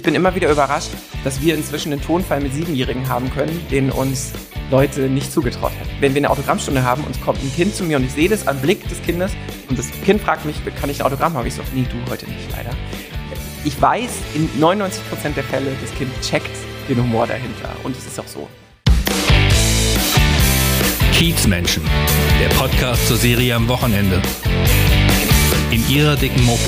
bin immer wieder überrascht, dass wir inzwischen einen Tonfall mit 7-Jährigen haben können, den uns Leute nicht zugetraut hätten. Wenn wir eine Autogrammstunde haben und es kommt ein Kind zu mir und ich sehe das am Blick des Kindes und das Kind fragt mich, kann ich ein Autogramm haben? Ich so, nee, du heute nicht, leider. Ich weiß, in 99% der Fälle, das Kind checkt den Humor dahinter und es ist auch so. Kiezmenschen, der Podcast zur Serie am Wochenende. In ihrer dicken Mopo.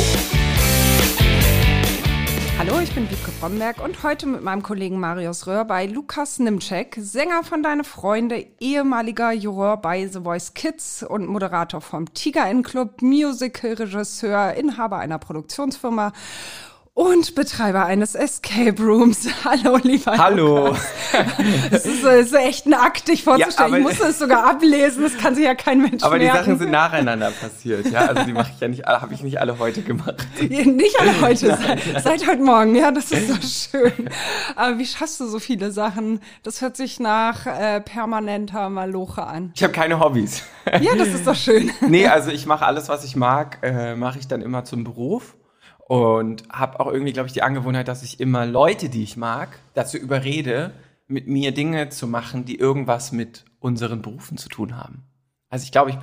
Hallo, ich bin Wiebke Bromberg und heute mit meinem Kollegen Marius Röhr bei Lukas Nimczek, Sänger von Deine Freunde, ehemaliger Juror bei The Voice Kids und Moderator vom Tiger-N-Club, Musical-Regisseur, Inhaber einer Produktionsfirma und Betreiber eines Escape Rooms. Hallo, lieber Hallo. Lukas. Das ist echt ein Akt, dich vorzustellen. Ja, ich musste es sogar ablesen, das kann sich ja kein Mensch aber merken. Aber die Sachen sind nacheinander passiert, ja. Also die mache ich ja nicht, habe ich nicht alle heute gemacht. Nicht alle heute, seit heute Morgen, ja, das ist so schön. Aber wie schaffst du so viele Sachen? Das hört sich nach permanenter Maloche an. Ich habe keine Hobbys. Ja, das ist doch schön. Nee, also ich mache alles, was ich mag, mache ich dann immer zum Beruf. Und habe auch irgendwie, glaube ich, die Angewohnheit, dass ich immer Leute, die ich mag, dazu überrede, mit mir Dinge zu machen, die irgendwas mit unseren Berufen zu tun haben. Also ich glaube,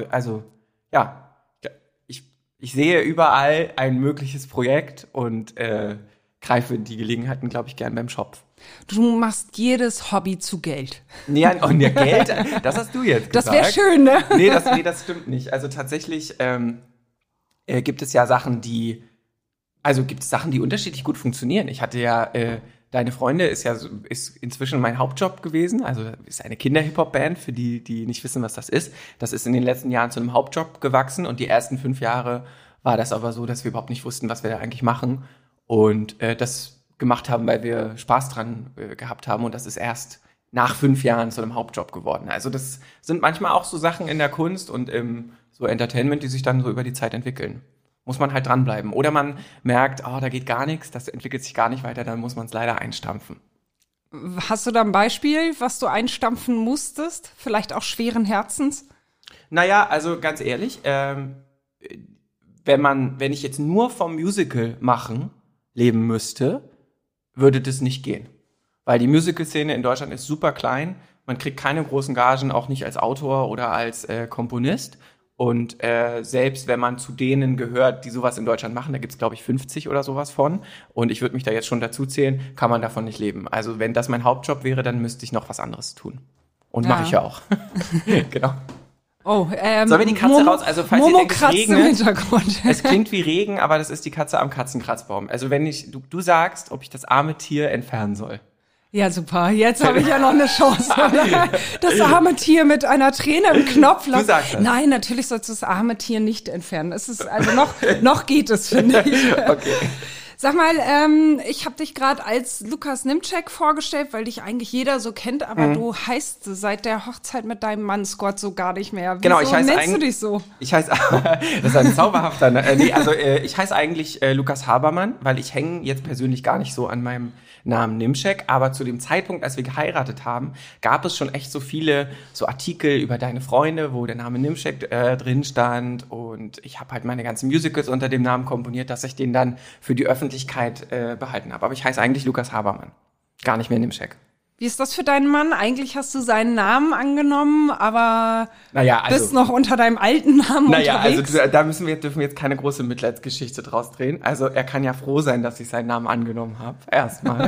ich sehe überall ein mögliches Projekt und greife die Gelegenheiten, glaube ich, gern beim Schopf. Du machst jedes Hobby zu Geld. Ja, und der Geld, das hast du jetzt gesagt. Das wäre schön, ne? Nee, das stimmt nicht. Also tatsächlich gibt es ja Sachen, die unterschiedlich gut funktionieren. Ich hatte ja, Deine Freunde ist inzwischen mein Hauptjob gewesen. Also ist eine Kinder-Hip-Hop-Band, für die nicht wissen, was das ist. Das ist in den letzten Jahren zu einem Hauptjob gewachsen und die ersten 5 Jahre war das aber so, dass wir überhaupt nicht wussten, was wir da eigentlich machen und das gemacht haben, weil wir Spaß dran gehabt haben und das ist erst nach 5 Jahren zu einem Hauptjob geworden. Also das sind manchmal auch so Sachen in der Kunst und im so Entertainment, die sich dann so über die Zeit entwickeln. Muss man halt dranbleiben. Oder man merkt, da geht gar nichts, das entwickelt sich gar nicht weiter, dann muss man es leider einstampfen. Hast du da ein Beispiel, was du einstampfen musstest? Vielleicht auch schweren Herzens? Naja, also ganz ehrlich, wenn ich jetzt nur vom Musical machen leben müsste, würde das nicht gehen. Weil die Musical-Szene in Deutschland ist super klein, man kriegt keine großen Gagen, auch nicht als Autor oder als Komponist. Und selbst wenn man zu denen gehört, die sowas in Deutschland machen, da gibt's glaube ich 50 oder sowas von. Und ich würde mich da jetzt schon dazu zählen, kann man davon nicht leben. Also wenn das mein Hauptjob wäre, dann müsste ich noch was anderes tun. Und mache ich ja auch. Genau. Oh, sollen wir die Katze raus? Also falls ihr denkt, es regnet, im Hintergrund. Es klingt wie Regen, aber das ist die Katze am Katzenkratzbaum. Also wenn du sagst, ob ich das arme Tier entfernen soll. Ja, super. Jetzt habe ich ja noch eine Chance. Das arme Tier mit einer Träne im Knopf. Du sagst das. Nein, natürlich sollst du das arme Tier nicht entfernen. Es ist also noch geht es, finde ich. Okay. Sag mal, ich habe dich gerade als Lukas Nimczek vorgestellt, weil dich eigentlich jeder so kennt, aber du heißt seit der Hochzeit mit deinem Mann Scott so gar nicht mehr. Wieso nennst du dich so? Ich heiße, das ist ein zauberhafter, ich heiße eigentlich Lukas Habermann, weil ich hänge jetzt persönlich gar nicht so an meinem Namen Nimczek, aber zu dem Zeitpunkt, als wir geheiratet haben, gab es schon echt so viele so Artikel über Deine Freunde, wo der Name Nimczek drin stand und ich habe halt meine ganzen Musicals unter dem Namen komponiert, dass ich den dann für die Öffentlichkeit behalten habe. Aber ich heiße eigentlich Lukas Habermann, gar nicht mehr Nimczek. Wie ist das für deinen Mann? Eigentlich hast du seinen Namen angenommen, aber bist noch unter deinem alten Namen unterwegs. Also da dürfen wir jetzt keine große Mitleidsgeschichte draus drehen. Also er kann ja froh sein, dass ich seinen Namen angenommen habe. Erstmal.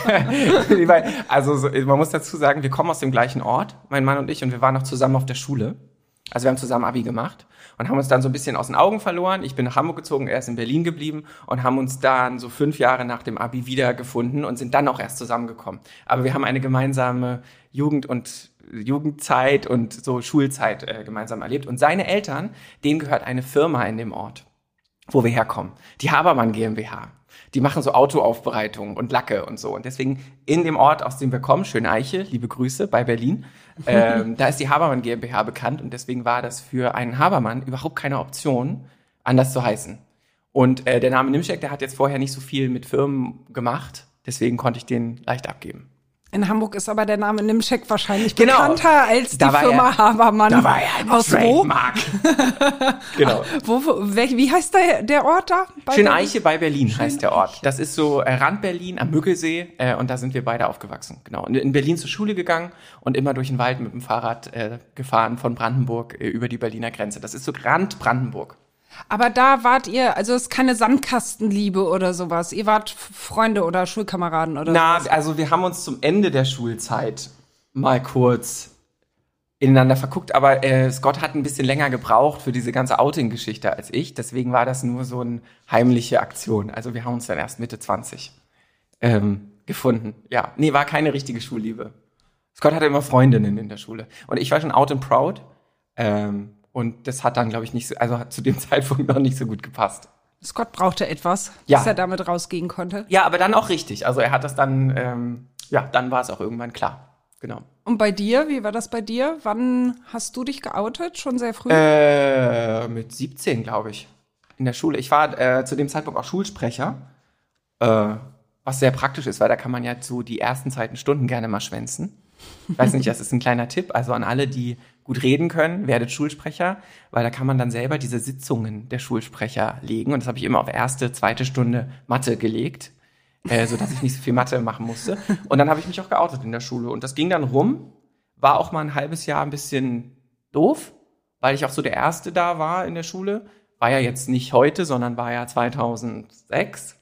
Man muss dazu sagen, wir kommen aus dem gleichen Ort, mein Mann und ich, und wir waren noch zusammen auf der Schule. Also wir haben zusammen Abi gemacht und haben uns dann so ein bisschen aus den Augen verloren. Ich bin nach Hamburg gezogen, er ist in Berlin geblieben und haben uns dann so 5 Jahre nach dem Abi wiedergefunden und sind dann auch erst zusammengekommen. Aber wir haben eine gemeinsame Jugendzeit und so Schulzeit gemeinsam erlebt. Und seine Eltern, denen gehört eine Firma in dem Ort, wo wir herkommen. Die Habermann GmbH. Die machen so Autoaufbereitung und Lacke und so. Und deswegen in dem Ort, aus dem wir kommen, Schöneiche, liebe Grüße bei Berlin, da ist die Habermann GmbH bekannt und deswegen war das für einen Habermann überhaupt keine Option, anders zu heißen. Und der Name Nimczek, der hat jetzt vorher nicht so viel mit Firmen gemacht, deswegen konnte ich den leicht abgeben. In Hamburg ist aber der Name Nimschek wahrscheinlich Genau. bekannter als die Firma Habermann. Da war ja ein aus Trademark. Genau. Wie heißt der Ort da? Schöneiche bei Berlin heißt der Ort. Das ist so Rand Berlin am Müggelsee und da sind wir beide aufgewachsen. Genau. Und in Berlin zur Schule gegangen und immer durch den Wald mit dem Fahrrad gefahren von Brandenburg über die Berliner Grenze. Das ist so Rand Brandenburg. Aber da wart ihr, also es ist keine Sandkastenliebe oder sowas. Ihr wart Freunde oder Schulkameraden oder sowas. Also wir haben uns zum Ende der Schulzeit mal kurz ineinander verguckt, aber Scott hat ein bisschen länger gebraucht für diese ganze Outing-Geschichte als ich. Deswegen war das nur so eine heimliche Aktion. Also wir haben uns dann erst Mitte 20 gefunden. Ja, nee, war keine richtige Schulliebe. Scott hatte immer Freundinnen in der Schule. Und ich war schon out and proud. Und das hat dann, glaube ich, nicht so, also hat zu dem Zeitpunkt noch nicht so gut gepasst. Scott brauchte etwas, Ja. dass er damit rausgehen konnte. Ja, aber dann auch richtig. Also er hat das dann, dann war es auch irgendwann klar. Genau. Und bei dir, wie war das bei dir? Wann hast du dich geoutet? Schon sehr früh? Mit 17, glaube ich, in der Schule. Ich war zu dem Zeitpunkt auch Schulsprecher, was sehr praktisch ist, weil da kann man ja so die ersten Stunden gerne mal schwänzen. Ich weiß nicht, das ist ein kleiner Tipp, also an alle, die gut reden können, werdet Schulsprecher, weil da kann man dann selber diese Sitzungen der Schulsprecher legen. Und das habe ich immer auf erste, zweite Stunde Mathe gelegt, sodass ich nicht so viel Mathe machen musste. Und dann habe ich mich auch geoutet in der Schule. Und das ging dann rum, war auch mal ein halbes Jahr ein bisschen doof, weil ich auch so der Erste da war in der Schule. War ja jetzt nicht heute, sondern war ja 2006.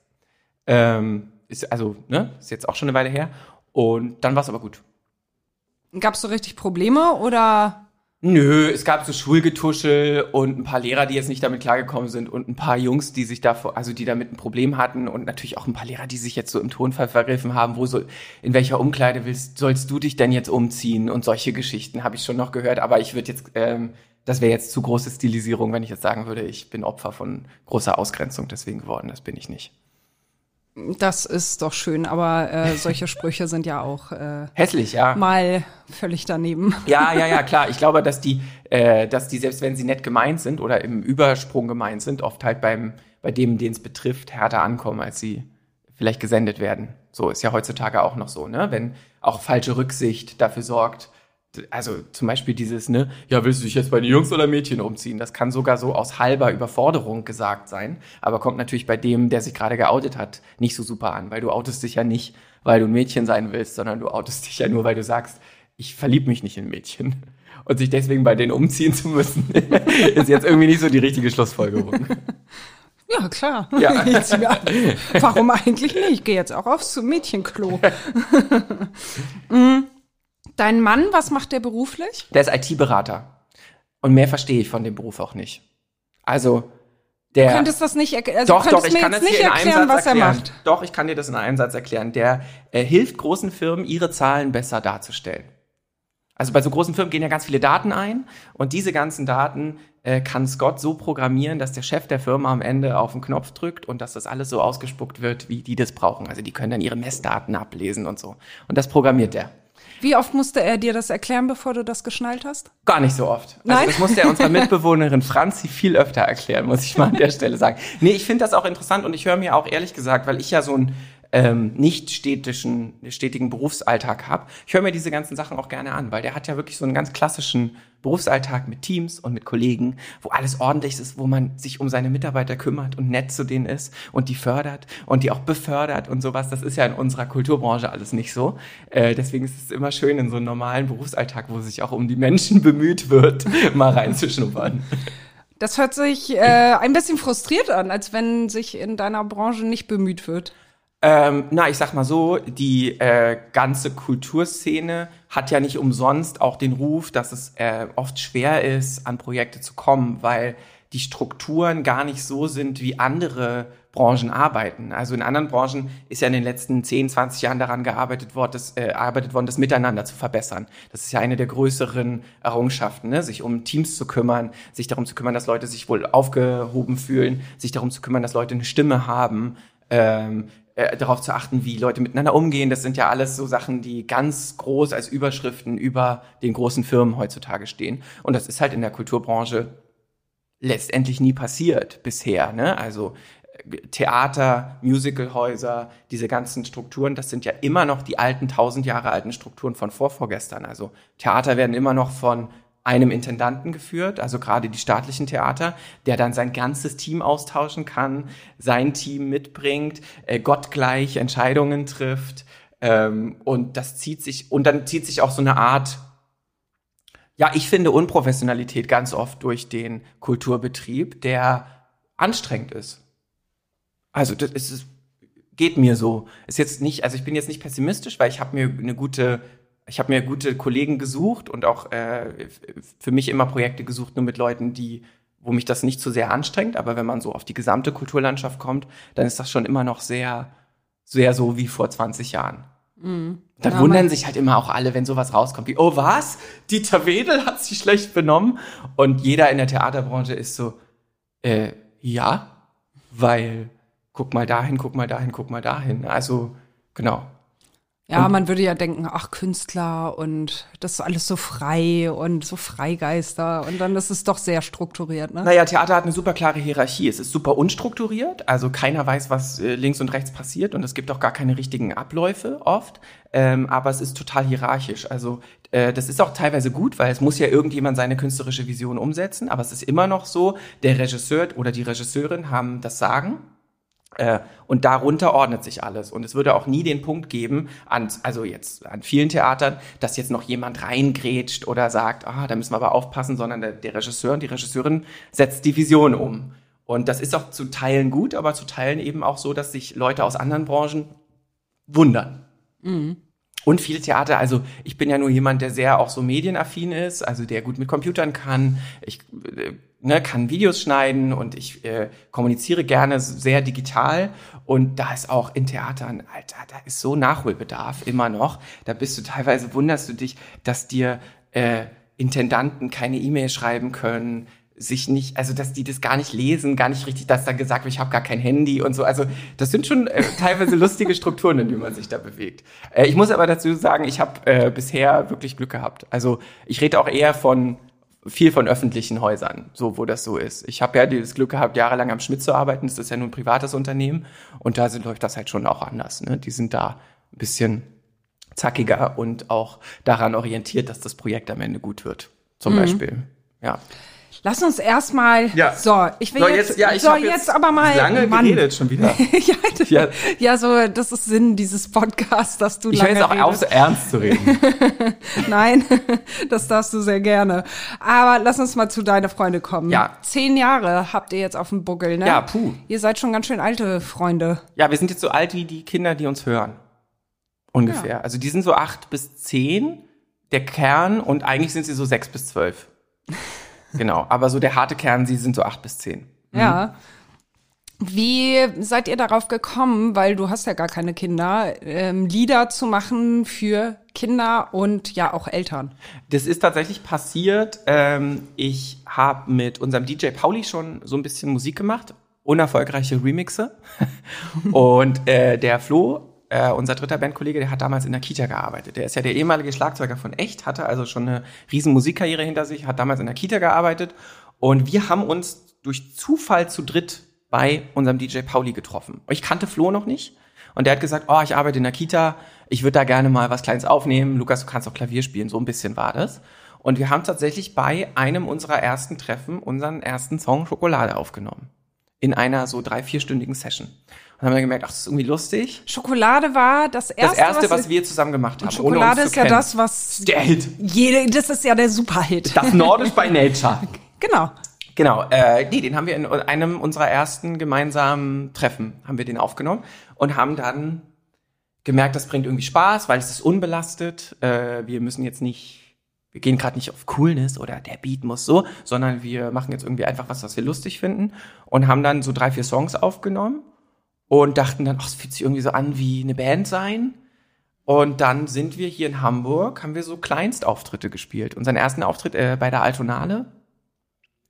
Ist jetzt auch schon eine Weile her. Und dann war es aber gut. Gab es so richtig Probleme oder? Nö, es gab so Schulgetuschel und ein paar Lehrer, die jetzt nicht damit klargekommen sind und ein paar Jungs, die sich die damit ein Problem hatten und natürlich auch ein paar Lehrer, die sich jetzt so im Tonfall vergriffen haben, in welcher Umkleide sollst du dich denn jetzt umziehen und solche Geschichten habe ich schon noch gehört, aber ich würde jetzt, das wäre jetzt zu große Stilisierung, wenn ich jetzt sagen würde, ich bin Opfer von großer Ausgrenzung deswegen geworden, das bin ich nicht. Das ist doch schön, aber solche Sprüche sind ja auch hässlich, ja. Mal völlig daneben. Ja, klar. Ich glaube, dass die, selbst wenn sie nett gemeint sind oder im Übersprung gemeint sind, oft halt bei dem, den es betrifft, härter ankommen, als sie vielleicht gesendet werden. So ist ja heutzutage auch noch so, ne? Wenn auch falsche Rücksicht dafür sorgt, also zum Beispiel dieses, ne, ja, willst du dich jetzt bei den Jungs oder Mädchen umziehen? Das kann sogar so aus halber Überforderung gesagt sein, aber kommt natürlich bei dem, der sich gerade geoutet hat, nicht so super an, weil du outest dich ja nicht, weil du ein Mädchen sein willst, sondern du outest dich ja nur, weil du sagst, ich verliebe mich nicht in Mädchen. Und sich deswegen bei denen umziehen zu müssen, ist jetzt irgendwie nicht so die richtige Schlussfolgerung. Ja, klar. Ja. Warum eigentlich nicht? Ich gehe jetzt auch aufs Mädchenklo. Dein Mann, was macht der beruflich? Der ist IT-Berater. Und mehr verstehe ich von dem Beruf auch nicht. Also, der... Du könntest das nicht erklären. Doch, ich kann das nicht hier in einem erklären, Satz was er erklären. macht. Doch, ich kann dir das in einem Satz erklären. Der hilft großen Firmen, ihre Zahlen besser darzustellen. Also bei so großen Firmen gehen ja ganz viele Daten ein und diese ganzen Daten kann Scott so programmieren, dass der Chef der Firma am Ende auf den Knopf drückt und dass das alles so ausgespuckt wird, wie die das brauchen. Also die können dann ihre Messdaten ablesen und so. Und das programmiert er. Wie oft musste er dir das erklären, bevor du das geschnallt hast? Gar nicht so oft. Also Nein? das musste er unserer Mitbewohnerin Franzi viel öfter erklären, muss ich mal an der Stelle sagen. Nee, ich finde das auch interessant und ich höre mir auch ehrlich gesagt, weil ich ja so einen nicht stetigen Berufsalltag habe, ich höre mir diese ganzen Sachen auch gerne an, weil der hat ja wirklich so einen ganz klassischen Berufsalltag mit Teams und mit Kollegen, wo alles ordentlich ist, wo man sich um seine Mitarbeiter kümmert und nett zu denen ist und die fördert und die auch befördert und sowas. Das ist ja in unserer Kulturbranche alles nicht so. Deswegen ist es immer schön, in so einen normalen Berufsalltag, wo sich auch um die Menschen bemüht wird, mal reinzuschnuppern. Das hört sich ein bisschen frustriert an, als wenn sich in deiner Branche nicht bemüht wird. Ich sag mal so, die ganze Kulturszene hat ja nicht umsonst auch den Ruf, dass es oft schwer ist, an Projekte zu kommen, weil die Strukturen gar nicht so sind, wie andere Branchen arbeiten. Also in anderen Branchen ist ja in den letzten 10, 20 Jahren daran gearbeitet worden, das Miteinander zu verbessern. Das ist ja eine der größeren Errungenschaften, ne? Sich um Teams zu kümmern, sich darum zu kümmern, dass Leute sich wohl aufgehoben fühlen, sich darum zu kümmern, dass Leute eine Stimme haben, darauf zu achten, wie Leute miteinander umgehen. Das sind ja alles so Sachen, die ganz groß als Überschriften über den großen Firmen heutzutage stehen. Und das ist halt in der Kulturbranche letztendlich nie passiert bisher, ne? Also Theater, Musicalhäuser, diese ganzen Strukturen, das sind ja immer noch die alten, 1000 Jahre alten Strukturen von vorgestern. Also Theater werden immer noch von einem Intendanten geführt, also gerade die staatlichen Theater, der dann sein ganzes Team austauschen kann, sein Team mitbringt, gottgleich Entscheidungen trifft, und das zieht sich auch so eine Art, ja, ich finde Unprofessionalität ganz oft durch den Kulturbetrieb, der anstrengend ist. Also geht mir so. Ist jetzt nicht, also ich bin jetzt nicht pessimistisch, weil ich habe mir gute Kollegen gesucht und auch für mich immer Projekte gesucht, nur mit Leuten, wo mich das nicht zu sehr anstrengt. Aber wenn man so auf die gesamte Kulturlandschaft kommt, dann ist das schon immer noch sehr, sehr so wie vor 20 Jahren. Mhm. Dann wundern sich halt immer auch alle, wenn sowas rauskommt, wie, oh was? Dieter Wedel hat sich schlecht benommen? Und jeder in der Theaterbranche ist so, ja, weil guck mal dahin, guck mal dahin, guck mal dahin. Also, genau. Ja, man würde ja denken, ach, Künstler und das ist alles so frei und so Freigeister und dann ist es doch sehr strukturiert, ne? Naja, Theater hat eine super klare Hierarchie. Es ist super unstrukturiert, also keiner weiß, was links und rechts passiert und es gibt auch gar keine richtigen Abläufe oft, aber es ist total hierarchisch. Also das ist auch teilweise gut, weil es muss ja irgendjemand seine künstlerische Vision umsetzen, aber es ist immer noch so, der Regisseur oder die Regisseurin haben das Sagen. Und darunter ordnet sich alles. Und es würde auch nie den Punkt geben, an vielen Theatern, dass jetzt noch jemand reingrätscht oder sagt, da müssen wir aber aufpassen, sondern der Regisseur und die Regisseurin setzt die Vision um. Und das ist auch zu Teilen gut, aber zu Teilen eben auch so, dass sich Leute aus anderen Branchen wundern. Mhm. Und viele Theater, also ich bin ja nur jemand, der sehr auch so medienaffin ist, also der gut mit Computern kann. Ich kann Videos schneiden und ich kommuniziere gerne sehr digital. Und da ist auch in Theatern, Alter, da ist so Nachholbedarf immer noch. Da teilweise wunderst du dich, dass dir Intendanten keine E-Mail schreiben können, dass die das gar nicht lesen, gar nicht richtig, dass da gesagt wird, ich habe gar kein Handy und so. Also das sind schon teilweise lustige Strukturen, in denen man sich da bewegt. Ich muss aber dazu sagen, ich habe bisher wirklich Glück gehabt. Also ich rede auch eher viel von öffentlichen Häusern, so wo das so ist. Ich habe ja das Glück gehabt, jahrelang am Schmidt zu arbeiten. Das ist ja nun ein privates Unternehmen und da läuft das halt schon auch anders. Ne? Die sind da ein bisschen zackiger und auch daran orientiert, dass das Projekt am Ende gut wird. Zum Beispiel, ja. Lass uns erstmal, ich will jetzt aber mal lange geredet schon wieder. so, das ist Sinn dieses Podcasts, dass du lange redest. Ich höre jetzt auch auf, so ernst zu reden. Nein, das darfst du sehr gerne. Aber lass uns mal zu deinen Freunde kommen. Ja. 10 Jahre habt ihr jetzt auf dem Buckel, ne? Ja, puh. Ihr seid schon ganz schön alte Freunde. Ja, wir sind jetzt so alt wie die Kinder, die uns hören. Ungefähr. Ja. Also die sind so 8 bis 10, der Kern, und eigentlich sind sie so 6 bis 12. Genau, aber so der harte Kern, sie sind so 8 bis 10. Ja. Wie seid ihr darauf gekommen, weil du hast ja gar keine Kinder, Lieder zu machen für Kinder und ja auch Eltern? Das ist tatsächlich passiert. Ich habe mit unserem DJ Pauli schon so ein bisschen Musik gemacht, unerfolgreiche Remixe. Und der Flo, unser dritter Bandkollege, der hat damals in der Kita gearbeitet. Der ist ja der ehemalige Schlagzeuger von Echt, hatte also schon eine riesen Musikkarriere hinter sich, hat damals in der Kita gearbeitet. Und wir haben uns durch Zufall zu dritt bei unserem DJ Pauli getroffen. Ich kannte Flo noch nicht. Und der hat gesagt, ich arbeite in der Kita, ich würde da gerne mal was Kleines aufnehmen. Lukas, du kannst auch Klavier spielen. So ein bisschen war das. Und wir haben tatsächlich bei einem unserer ersten Treffen unseren ersten Song Schokolade aufgenommen. In einer so 3-4-stündigen Session. Und haben dann gemerkt, das ist irgendwie lustig. Schokolade war das Erste, was wir zusammen gemacht haben. Und Schokolade ist ja das, was... Der Hit. Das ist ja der Superhit. Das Nordisch by Nature. Genau. Den haben wir in einem unserer ersten gemeinsamen Treffen, haben wir den aufgenommen und haben dann gemerkt, das bringt irgendwie Spaß, weil es ist unbelastet. Wir gehen gerade nicht auf Coolness oder der Beat muss so, sondern wir machen jetzt irgendwie einfach was wir lustig finden und haben dann so 3-4 Songs aufgenommen und dachten dann, es fühlt sich irgendwie so an wie eine Band sein. Und dann sind wir hier in Hamburg, haben wir so Kleinstauftritte gespielt. Unseren ersten Auftritt bei der Altonale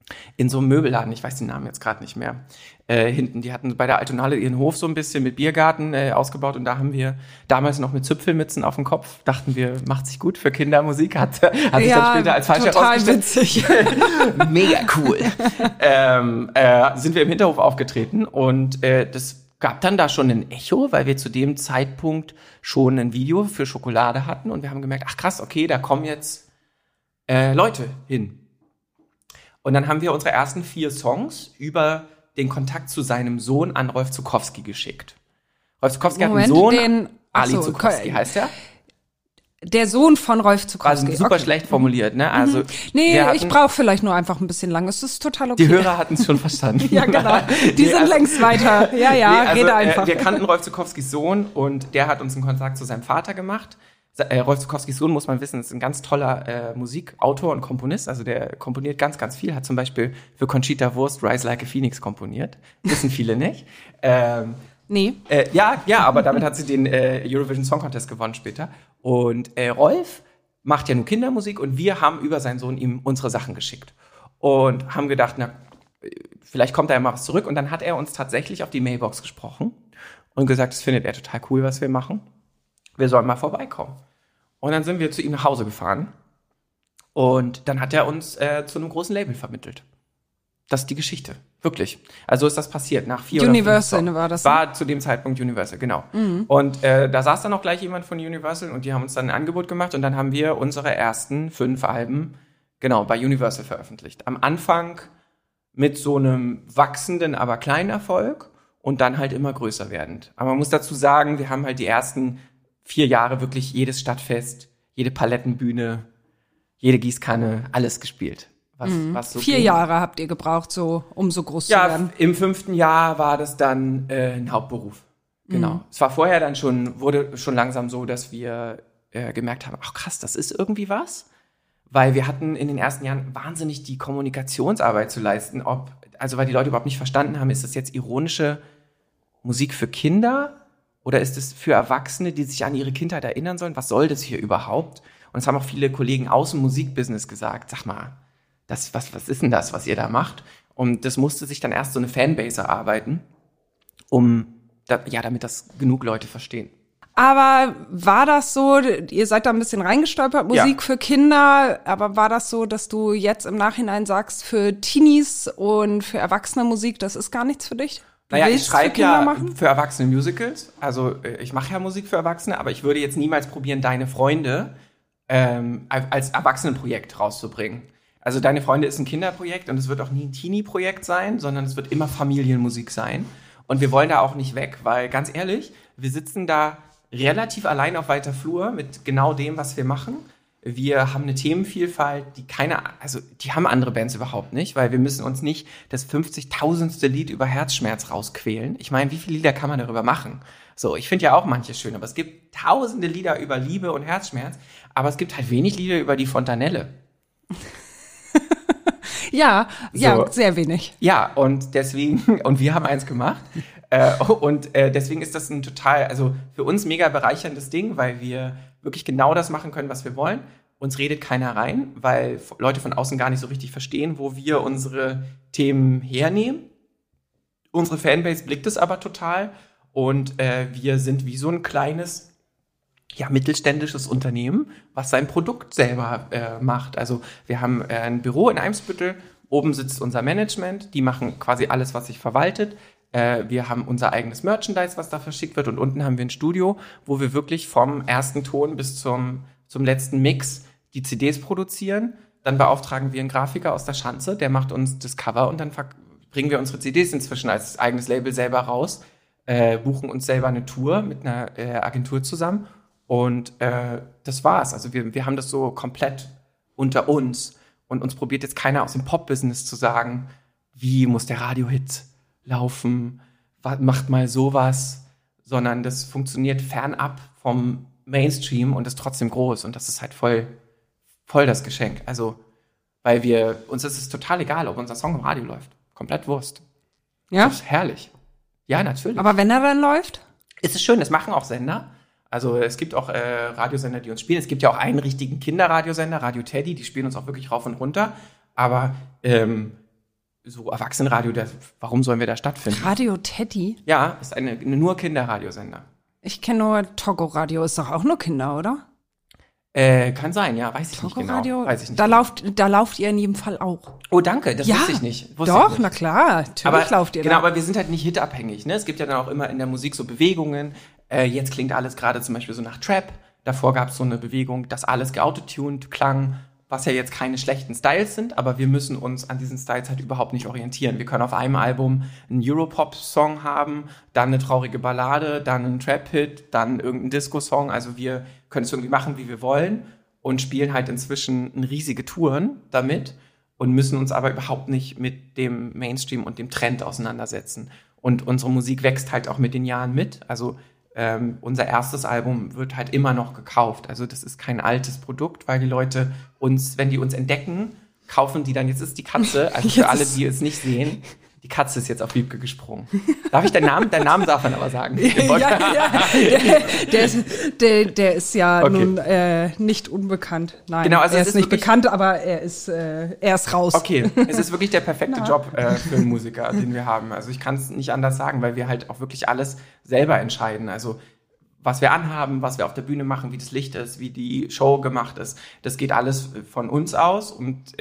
In so einem Möbelladen, ich weiß den Namen jetzt gerade nicht mehr, hinten. Die hatten bei der Altonale ihren Hof so ein bisschen mit Biergarten ausgebaut und da haben wir damals noch mit Zipfelmützen auf dem Kopf, dachten wir, macht sich gut für Kindermusik, hat sich dann später als falsch herausgestellt. Witzig. Mega cool. Sind wir im Hinterhof aufgetreten und das gab dann da schon ein Echo, weil wir zu dem Zeitpunkt schon ein Video für Schokolade hatten und wir haben gemerkt, ach krass, okay, da kommen jetzt Leute hin. Und dann haben wir unsere ersten 4 Songs über den Kontakt zu seinem Sohn an Rolf Zuckowski geschickt. Rolf Zuckowski hat einen Sohn, Ali Zuckowski heißt er. Der Sohn von Rolf Zuckowski. Quasi super schlecht formuliert, ne? Also nee, ich brauche vielleicht nur einfach ein bisschen lang. Es ist total okay. Die Hörer hatten es schon verstanden. Ja, genau. Die sind längst weiter. Ja, rede einfach. Wir kannten Rolf Zuckowskis Sohn und der hat uns einen Kontakt zu seinem Vater gemacht. Rolf Zuckowskis Sohn, muss man wissen, ist ein ganz toller Musikautor und Komponist. Also der komponiert ganz, ganz viel. Hat zum Beispiel für Conchita Wurst Rise Like a Phoenix komponiert. Wissen viele nicht. Nee. Ja, aber damit hat sie den Eurovision Song Contest gewonnen später. Und Rolf macht ja nur Kindermusik und wir haben über seinen Sohn ihm unsere Sachen geschickt. Und haben gedacht, na, vielleicht kommt da ja mal was zurück. Und dann hat er uns tatsächlich auf die Mailbox gesprochen und gesagt, das findet er total cool, was wir machen. Wir sollen mal vorbeikommen. Und dann sind wir zu ihm nach Hause gefahren. Und dann hat er uns zu einem großen Label vermittelt. Das ist die Geschichte. Wirklich. Also ist das passiert nach 4 Universal oder 5 war das. War zu dem Zeitpunkt Universal, genau. Mhm. Und da saß dann auch gleich jemand von Universal und die haben uns dann ein Angebot gemacht und dann haben wir unsere ersten 5 Alben, genau, bei Universal veröffentlicht. Am Anfang mit so einem wachsenden, aber kleinen Erfolg und dann halt immer größer werdend. Aber man muss dazu sagen, wir haben halt die ersten 4 Jahre wirklich jedes Stadtfest, jede Palettenbühne, jede Gießkanne, alles gespielt. Was so 4 Jahre habt ihr gebraucht, um so groß zu werden? Ja, im 5. Jahr war das dann ein Hauptberuf. Genau. Es war vorher dann wurde schon langsam so, dass wir gemerkt haben, ach krass, das ist irgendwie was. Weil wir hatten in den ersten Jahren wahnsinnig die Kommunikationsarbeit zu leisten. Weil die Leute überhaupt nicht verstanden haben, ist das jetzt ironische Musik für Kinder? Oder ist es für Erwachsene, die sich an ihre Kindheit erinnern sollen? Was soll das hier überhaupt? Und es haben auch viele Kollegen aus dem Musikbusiness gesagt, sag mal, was ist denn das, was ihr da macht? Und das musste sich dann erst so eine Fanbase erarbeiten, damit das genug Leute verstehen. Aber war das so, ihr seid da ein bisschen reingestolpert, Musik für Kinder, aber war das so, dass du jetzt im Nachhinein sagst, für Teenies und für Erwachsene Musik, das ist gar nichts für dich? Ich schreibe ja für Erwachsene Musicals, also ich mache ja Musik für Erwachsene, aber ich würde jetzt niemals probieren, Deine Freunde als Erwachsenenprojekt rauszubringen. Also Deine Freunde ist ein Kinderprojekt und es wird auch nie ein Teenie-Projekt sein, sondern es wird immer Familienmusik sein. Und wir wollen da auch nicht weg, weil ganz ehrlich, wir sitzen da relativ allein auf weiter Flur mit genau dem, was wir machen. Wir haben eine Themenvielfalt, die haben andere Bands überhaupt nicht, weil wir müssen uns nicht das 50.000. Lied über Herzschmerz rausquälen. Ich meine, wie viele Lieder kann man darüber machen? So, ich finde ja auch manche schön, aber es gibt tausende Lieder über Liebe und Herzschmerz, aber es gibt halt wenig Lieder über die Fontanelle. Ja, sehr wenig. Ja, und wir haben eins gemacht. Deswegen ist das also für uns mega bereicherndes Ding, weil wir wirklich genau das machen können, was wir wollen. Uns redet keiner rein, weil Leute von außen gar nicht so richtig verstehen, wo wir unsere Themen hernehmen. Unsere Fanbase blickt es aber total und wir sind wie so ein kleines, mittelständisches Unternehmen, was sein Produkt selber macht. Also wir haben ein Büro in Eimsbüttel, oben sitzt unser Management, die machen quasi alles, was sich verwaltet. Wir haben unser eigenes Merchandise, was da verschickt wird und unten haben wir ein Studio, wo wir wirklich vom ersten Ton bis zum letzten Mix die CDs produzieren. Dann beauftragen wir einen Grafiker aus der Schanze, der macht uns das Cover und dann bringen wir unsere CDs inzwischen als eigenes Label selber raus, buchen uns selber eine Tour mit einer Agentur zusammen und das war's. Also wir haben das so komplett unter uns und uns probiert jetzt keiner aus dem Pop-Business zu sagen, wie muss der Radiohit laufen, macht mal sowas, sondern das funktioniert fernab vom Mainstream und ist trotzdem groß und das ist halt voll das Geschenk. Also, weil uns ist es total egal, ob unser Song im Radio läuft. Komplett Wurst. Ja? Das ist herrlich. Ja, natürlich. Aber wenn er dann läuft? Ist es schön, das machen auch Sender. Also es gibt auch Radiosender, die uns spielen. Es gibt ja auch einen richtigen Kinderradiosender, Radio Teddy, die spielen uns auch wirklich rauf und runter. Aber so Erwachsenenradio, warum sollen wir da stattfinden? Radio Teddy? Ja, ist eine nur Kinderradiosender. Ich kenne nur Togo Radio, ist doch auch nur Kinder, oder? Kann sein, ja, weiß ich Togo nicht genau. Radio, Weiß ich nicht da genau. lauft ihr in jedem Fall auch. Oh, danke, das Ja, wusste ich nicht. Doch, na klar, natürlich lauft ihr genau, da. aber wir sind halt nicht hitabhängig, ne? Es gibt ja dann auch immer in der Musik so Bewegungen. Jetzt klingt alles gerade zum Beispiel so nach Trap. Davor gab es so eine Bewegung, dass alles geautotuned klang, was ja jetzt keine schlechten Styles sind, aber wir müssen uns an diesen Styles halt überhaupt nicht orientieren. Wir können auf einem Album einen Europop-Song haben, dann eine traurige Ballade, dann einen Trap-Hit, dann irgendeinen Disco-Song. Also wir können es irgendwie machen, wie wir wollen und spielen halt inzwischen riesige Touren damit und müssen uns aber überhaupt nicht mit dem Mainstream und dem Trend auseinandersetzen. Und unsere Musik wächst halt auch mit den Jahren mit. Also unser erstes Album wird halt immer noch gekauft. Also das ist kein altes Produkt, weil die Leute uns, wenn die uns entdecken, kaufen die dann, jetzt ist die Katze, also für alle, die es nicht sehen, die Katze ist jetzt auf Wiebke gesprungen. Darf ich deinen Namen? Deinen Namen darf man aber sagen. Der ist ja Okay. nun nicht unbekannt. Nein, Genau, also er es ist ist nicht wirklich- bekannt, aber er ist raus. Okay, es ist wirklich der perfekte Job für einen Musiker, den wir haben. Also ich kann es nicht anders sagen, weil wir halt auch wirklich alles selber entscheiden. Also was wir anhaben, was wir auf der Bühne machen, wie das Licht ist, wie die Show gemacht ist, das geht alles von uns aus und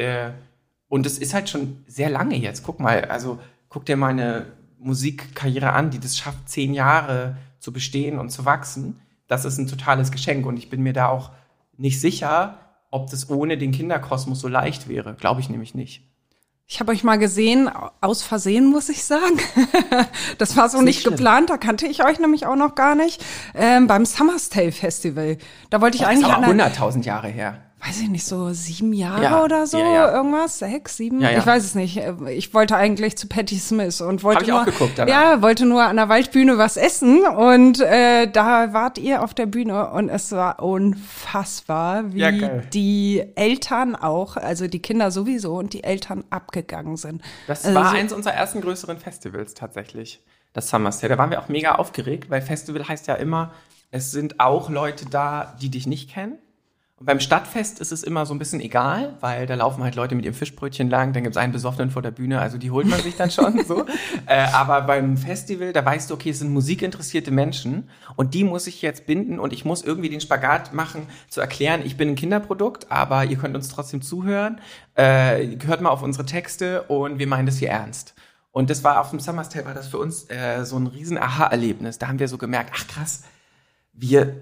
es ist halt schon sehr lange jetzt. Guck mal, also guck dir meine Musikkarriere an, die das schafft, 10 Jahre zu bestehen und zu wachsen. Das ist ein totales Geschenk und ich bin mir da auch nicht sicher, ob das ohne den Kinderkosmos so leicht wäre. Glaube ich nämlich nicht. Ich habe euch mal gesehen, aus Versehen, muss ich sagen. Das war so Ist nicht nicht schlimm. geplant, da kannte ich euch nämlich auch noch gar nicht. Beim Summer's Tale Festival. Da wollte ich Das ist eigentlich aber an der, 100.000 Jahre her. weiß ich nicht, so 7 Jahre Ja, oder so, ja. irgendwas, 6, 7, Ja, ja. ich weiß es nicht. Ich wollte eigentlich zu Patti Smith und wollte Hab ich auch geguckt danach. ja, wollte nur an der Waldbühne was essen und da wart ihr auf der Bühne und es war unfassbar, wie Ja, geil. die Eltern auch, also die Kinder sowieso und die Eltern abgegangen sind. Das Also war so- eins unserer ersten größeren Festivals tatsächlich, das Summer's Tale. Da waren wir auch mega aufgeregt, weil Festival heißt ja immer, es sind auch Leute da, die dich nicht kennen. Und beim Stadtfest ist es immer so ein bisschen egal, weil da laufen halt Leute mit ihrem Fischbrötchen lang, dann gibt's einen Besoffenen vor der Bühne, also die holt man sich dann schon so. Aber beim Festival, da weißt du, okay, es sind musikinteressierte Menschen und die muss ich jetzt binden und ich muss irgendwie den Spagat machen, zu erklären, ich bin ein Kinderprodukt, aber ihr könnt uns trotzdem zuhören, hört mal auf unsere Texte und wir meinen das hier ernst. Und das war auf dem Summer's Tale, war das für uns so ein riesen Aha-Erlebnis. Da haben wir so gemerkt, ach krass, wir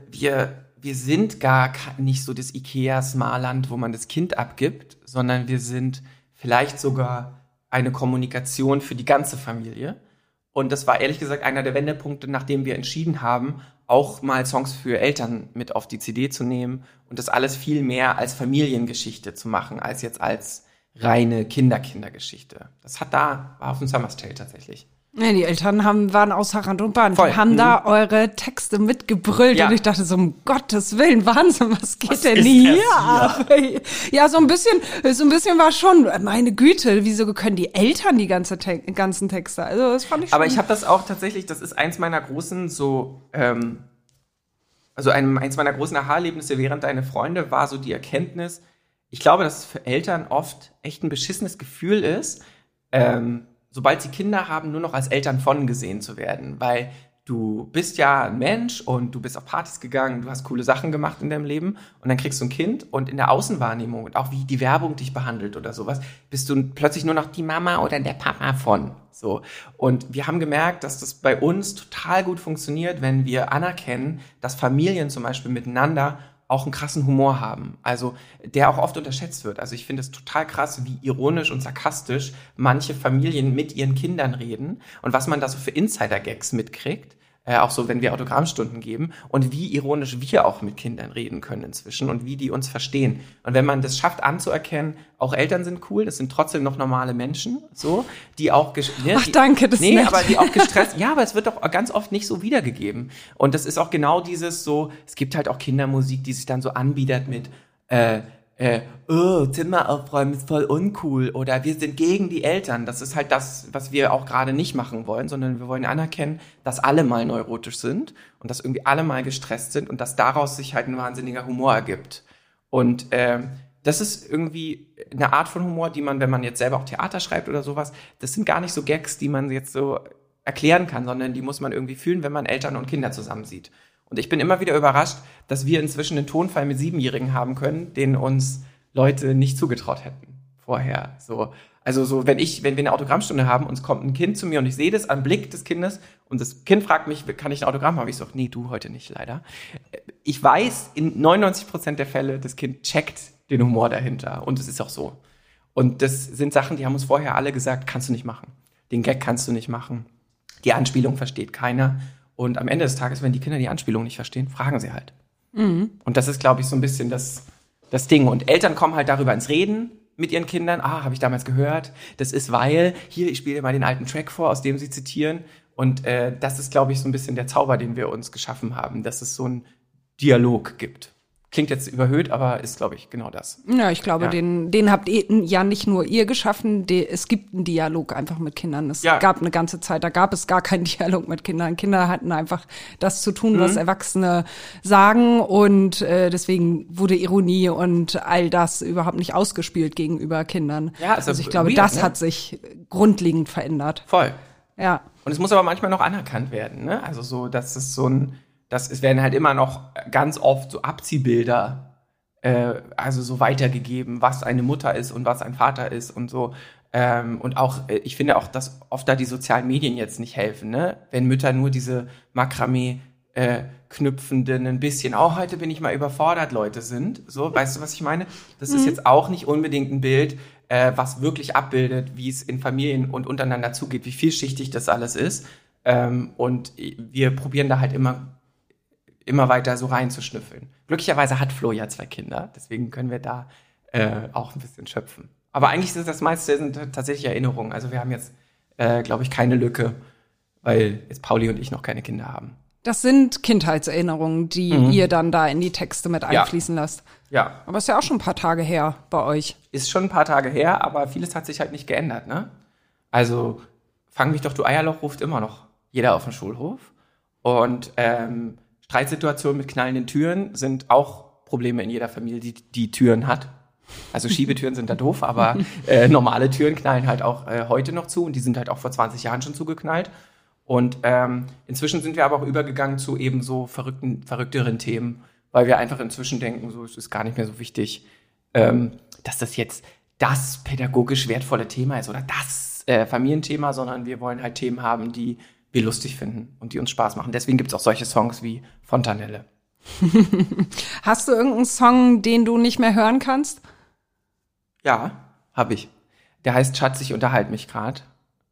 sind gar nicht so das Ikea-Smarland, wo man das Kind abgibt, sondern wir sind vielleicht sogar eine Kommunikation für die ganze Familie. Und das war ehrlich gesagt einer der Wendepunkte, nachdem wir entschieden haben, auch mal Songs für Eltern mit auf die CD zu nehmen und das alles viel mehr als Familiengeschichte zu machen, als jetzt als reine Kindergeschichte. War auf dem Summer's Tale tatsächlich. Ja, die Eltern waren außer Rand und Band. Voll. Die haben da eure Texte mitgebrüllt Ja. und ich dachte so, um Gottes Willen, Wahnsinn, was geht Was denn ist hier das ab? Ja, so ein bisschen war schon, meine Güte, wieso können die Eltern die ganzen Texte? Also das fand ich schon. Aber ich habe das auch tatsächlich, das ist eins meiner großen eins meiner großen Aha-Erlebnisse während Deine Freunde war so die Erkenntnis, ich glaube, dass es für Eltern oft echt ein beschissenes Gefühl ist, sobald sie Kinder haben, nur noch als Eltern von gesehen zu werden, weil du bist ja ein Mensch und du bist auf Partys gegangen, du hast coole Sachen gemacht in deinem Leben und dann kriegst du ein Kind und in der Außenwahrnehmung und auch wie die Werbung dich behandelt oder sowas, bist du plötzlich nur noch die Mama oder der Papa von. So. Und wir haben gemerkt, dass das bei uns total gut funktioniert, wenn wir anerkennen, dass Familien zum Beispiel miteinander auch einen krassen Humor haben, also der auch oft unterschätzt wird. Also ich finde es total krass, wie ironisch und sarkastisch manche Familien mit ihren Kindern reden und was man da so für Insider-Gags mitkriegt, auch so, wenn wir Autogrammstunden geben und wie ironisch wir auch mit Kindern reden können inzwischen und wie die uns verstehen. Und wenn man das schafft anzuerkennen, auch Eltern sind cool, das sind trotzdem noch normale Menschen, so, die auch Ach, danke, das ist nett. aber die auch gestresst, ja, aber es wird doch ganz oft nicht so wiedergegeben. Und das ist auch genau dieses so, es gibt halt auch Kindermusik, die sich dann so anbietet mit, Zimmer aufräumen ist voll uncool oder wir sind gegen die Eltern. Das ist halt das, was wir auch gerade nicht machen wollen, sondern wir wollen anerkennen, dass alle mal neurotisch sind und dass irgendwie alle mal gestresst sind und dass daraus sich halt ein wahnsinniger Humor ergibt. Und das ist irgendwie eine Art von Humor, die man, wenn man jetzt selber auch Theater schreibt oder sowas, das sind gar nicht so Gags, die man jetzt so erklären kann, sondern die muss man irgendwie fühlen, wenn man Eltern und Kinder zusammen sieht. Und ich bin immer wieder überrascht, dass wir inzwischen einen Tonfall mit 7-Jährigen haben können, den uns Leute nicht zugetraut hätten vorher. So. Also so, wenn wir eine Autogrammstunde haben und es kommt ein Kind zu mir und ich sehe das am Blick des Kindes und das Kind fragt mich, kann ich ein Autogramm haben? Ich sage, nee, du heute nicht, leider. Ich weiß, in 99% der Fälle, das Kind checkt den Humor dahinter und es ist auch so. Und das sind Sachen, die haben uns vorher alle gesagt, kannst du nicht machen. Den Gag kannst du nicht machen. Die Anspielung versteht keiner. Und am Ende des Tages, wenn die Kinder die Anspielung nicht verstehen, fragen sie halt. Mhm. Und das ist, glaube ich, so ein bisschen das Ding. Und Eltern kommen halt darüber ins Reden mit ihren Kindern. Habe ich damals gehört. Das ist, weil, hier, ich spiele dir mal den alten Track vor, aus dem sie zitieren. Und das ist, glaube ich, so ein bisschen der Zauber, den wir uns geschaffen haben, dass es so einen Dialog gibt. Klingt jetzt überhöht, aber ist, glaube ich, genau das. Ja, ich glaube, den habt ihr ja nicht nur ihr geschaffen. Es gibt einen Dialog einfach mit Kindern. Es gab eine ganze Zeit, da gab es gar keinen Dialog mit Kindern. Kinder hatten einfach das zu tun, was Erwachsene sagen. Und deswegen wurde Ironie und all das überhaupt nicht ausgespielt gegenüber Kindern. Ja, also ich glaube, das hat sich grundlegend verändert. Voll. Ja. Und es muss aber manchmal noch anerkannt werden, ne? Also so, dass es es werden halt immer noch ganz oft so Abziehbilder, also so weitergegeben, was eine Mutter ist und was ein Vater ist und so. Und auch, ich finde auch, dass oft da die sozialen Medien jetzt nicht helfen, ne? Wenn Mütter nur diese Makramee knüpfenden, ein bisschen, heute bin ich mal überfordert, Leute sind. So, weißt du, was ich meine? Das ist jetzt auch nicht unbedingt ein Bild, was wirklich abbildet, wie es in Familien und untereinander zugeht, wie vielschichtig das alles ist. Und wir probieren da halt immer weiter so reinzuschnüffeln. Glücklicherweise hat Flo ja 2 Kinder, deswegen können wir da auch ein bisschen schöpfen. Aber eigentlich sind das meiste tatsächlich Erinnerungen. Also wir haben jetzt, glaube ich, keine Lücke, weil jetzt Pauli und ich noch keine Kinder haben. Das sind Kindheitserinnerungen, die ihr dann da in die Texte mit einfließen lasst. Ja. Aber ist ja auch schon ein paar Tage her bei euch. Ist schon ein paar Tage her, aber vieles hat sich halt nicht geändert, ne? Also, fang mich doch, du Eierloch, ruft immer noch jeder auf dem Schulhof. Und Streitsituationen mit knallenden Türen sind auch Probleme in jeder Familie, die Türen hat. Also Schiebetüren sind da doof, aber normale Türen knallen halt auch heute noch zu und die sind halt auch vor 20 Jahren schon zugeknallt. Und inzwischen sind wir aber auch übergegangen zu eben so verrückteren Themen, weil wir einfach inzwischen denken, so es ist gar nicht mehr so wichtig, dass das jetzt das pädagogisch wertvolle Thema ist oder das Familienthema, sondern wir wollen halt Themen haben, die wir lustig finden und die uns Spaß machen. Deswegen gibt es auch solche Songs wie Fontanelle. Hast du irgendeinen Song, den du nicht mehr hören kannst? Ja, habe ich. Der heißt Schatz, ich unterhalte mich gerade.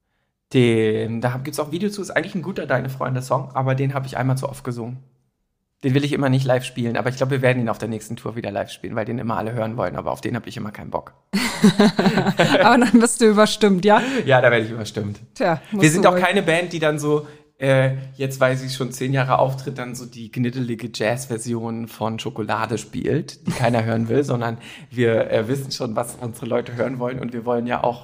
Da gibt es auch ein Video zu, ist eigentlich ein guter Deine-Freunde-Song, aber den habe ich einmal zu oft gesungen. Den will ich immer nicht live spielen, aber ich glaube, wir werden ihn auf der nächsten Tour wieder live spielen, weil den immer alle hören wollen, aber auf den habe ich immer keinen Bock. Aber dann bist du überstimmt, ja? Ja, da werde ich überstimmt. Tja, wir sind auch keine Band, die dann so, jetzt weil sie schon 10 Jahre auftritt, dann so die knittelige Jazz-Version von Schokolade spielt, die keiner hören will, sondern wir wissen schon, was unsere Leute hören wollen und wir wollen ja auch,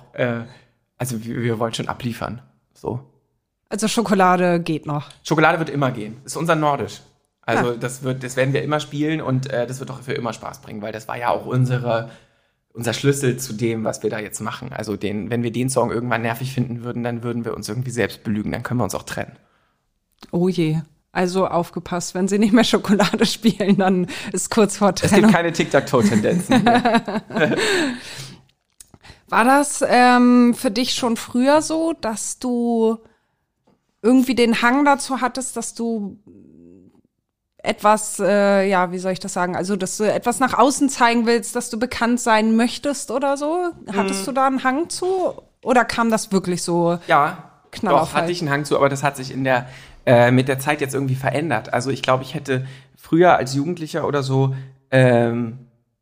wir wollen schon abliefern. So. Also Schokolade geht noch. Schokolade wird immer gehen. Das ist unser Nordisch. Also das werden wir immer spielen und das wird auch für immer Spaß bringen, weil das war ja auch unser Schlüssel zu dem, was wir da jetzt machen. Also wenn wir den Song irgendwann nervig finden würden, dann würden wir uns irgendwie selbst belügen, dann können wir uns auch trennen. Oh je. Also aufgepasst, wenn sie nicht mehr Schokolade spielen, dann ist kurz vor Trennung. Es gibt keine Tic-Tac-Toe-Tendenzen. War das für dich schon früher so, dass du irgendwie den Hang dazu hattest, dass du etwas, wie soll ich das sagen, also dass du etwas nach außen zeigen willst, dass du bekannt sein möchtest oder so? Hattest du da einen Hang zu? Oder kam das wirklich so? Ja, doch, hatte ich einen Hang zu, aber das hat sich mit der Zeit jetzt irgendwie verändert. Also ich glaube, ich hätte früher als Jugendlicher oder so, habe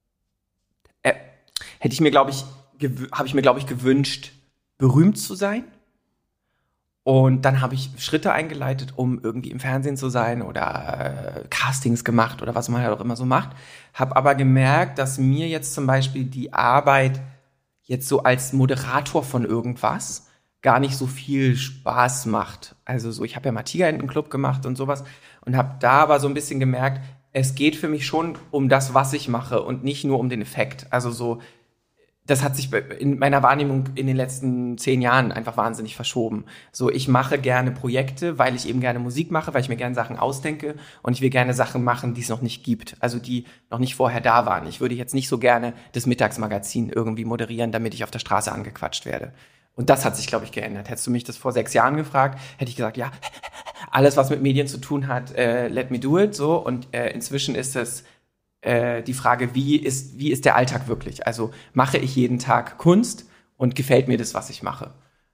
ich mir, glaube ich, gewünscht, berühmt zu sein. Und dann habe ich Schritte eingeleitet, um irgendwie im Fernsehen zu sein oder Castings gemacht oder was man halt auch immer so macht. Habe aber gemerkt, dass mir jetzt zum Beispiel die Arbeit jetzt so als Moderator von irgendwas gar nicht so viel Spaß macht. Also so, ich habe ja mal Tigerentenclub gemacht und sowas und habe da aber so ein bisschen gemerkt, es geht für mich schon um das, was ich mache und nicht nur um den Effekt. Also so, das hat sich in meiner Wahrnehmung in den letzten 10 Jahren einfach wahnsinnig verschoben. So, ich mache gerne Projekte, weil ich eben gerne Musik mache, weil ich mir gerne Sachen ausdenke und ich will gerne Sachen machen, die es noch nicht gibt, also die noch nicht vorher da waren. Ich würde jetzt nicht so gerne das Mittagsmagazin irgendwie moderieren, damit ich auf der Straße angequatscht werde. Und das hat sich, glaube ich, geändert. Hättest du mich das vor 6 Jahren gefragt, hätte ich gesagt, ja, alles, was mit Medien zu tun hat, let me do it, so. Und inzwischen ist es die Frage, wie ist der Alltag wirklich? Also mache ich jeden Tag Kunst und gefällt mir das, was ich mache?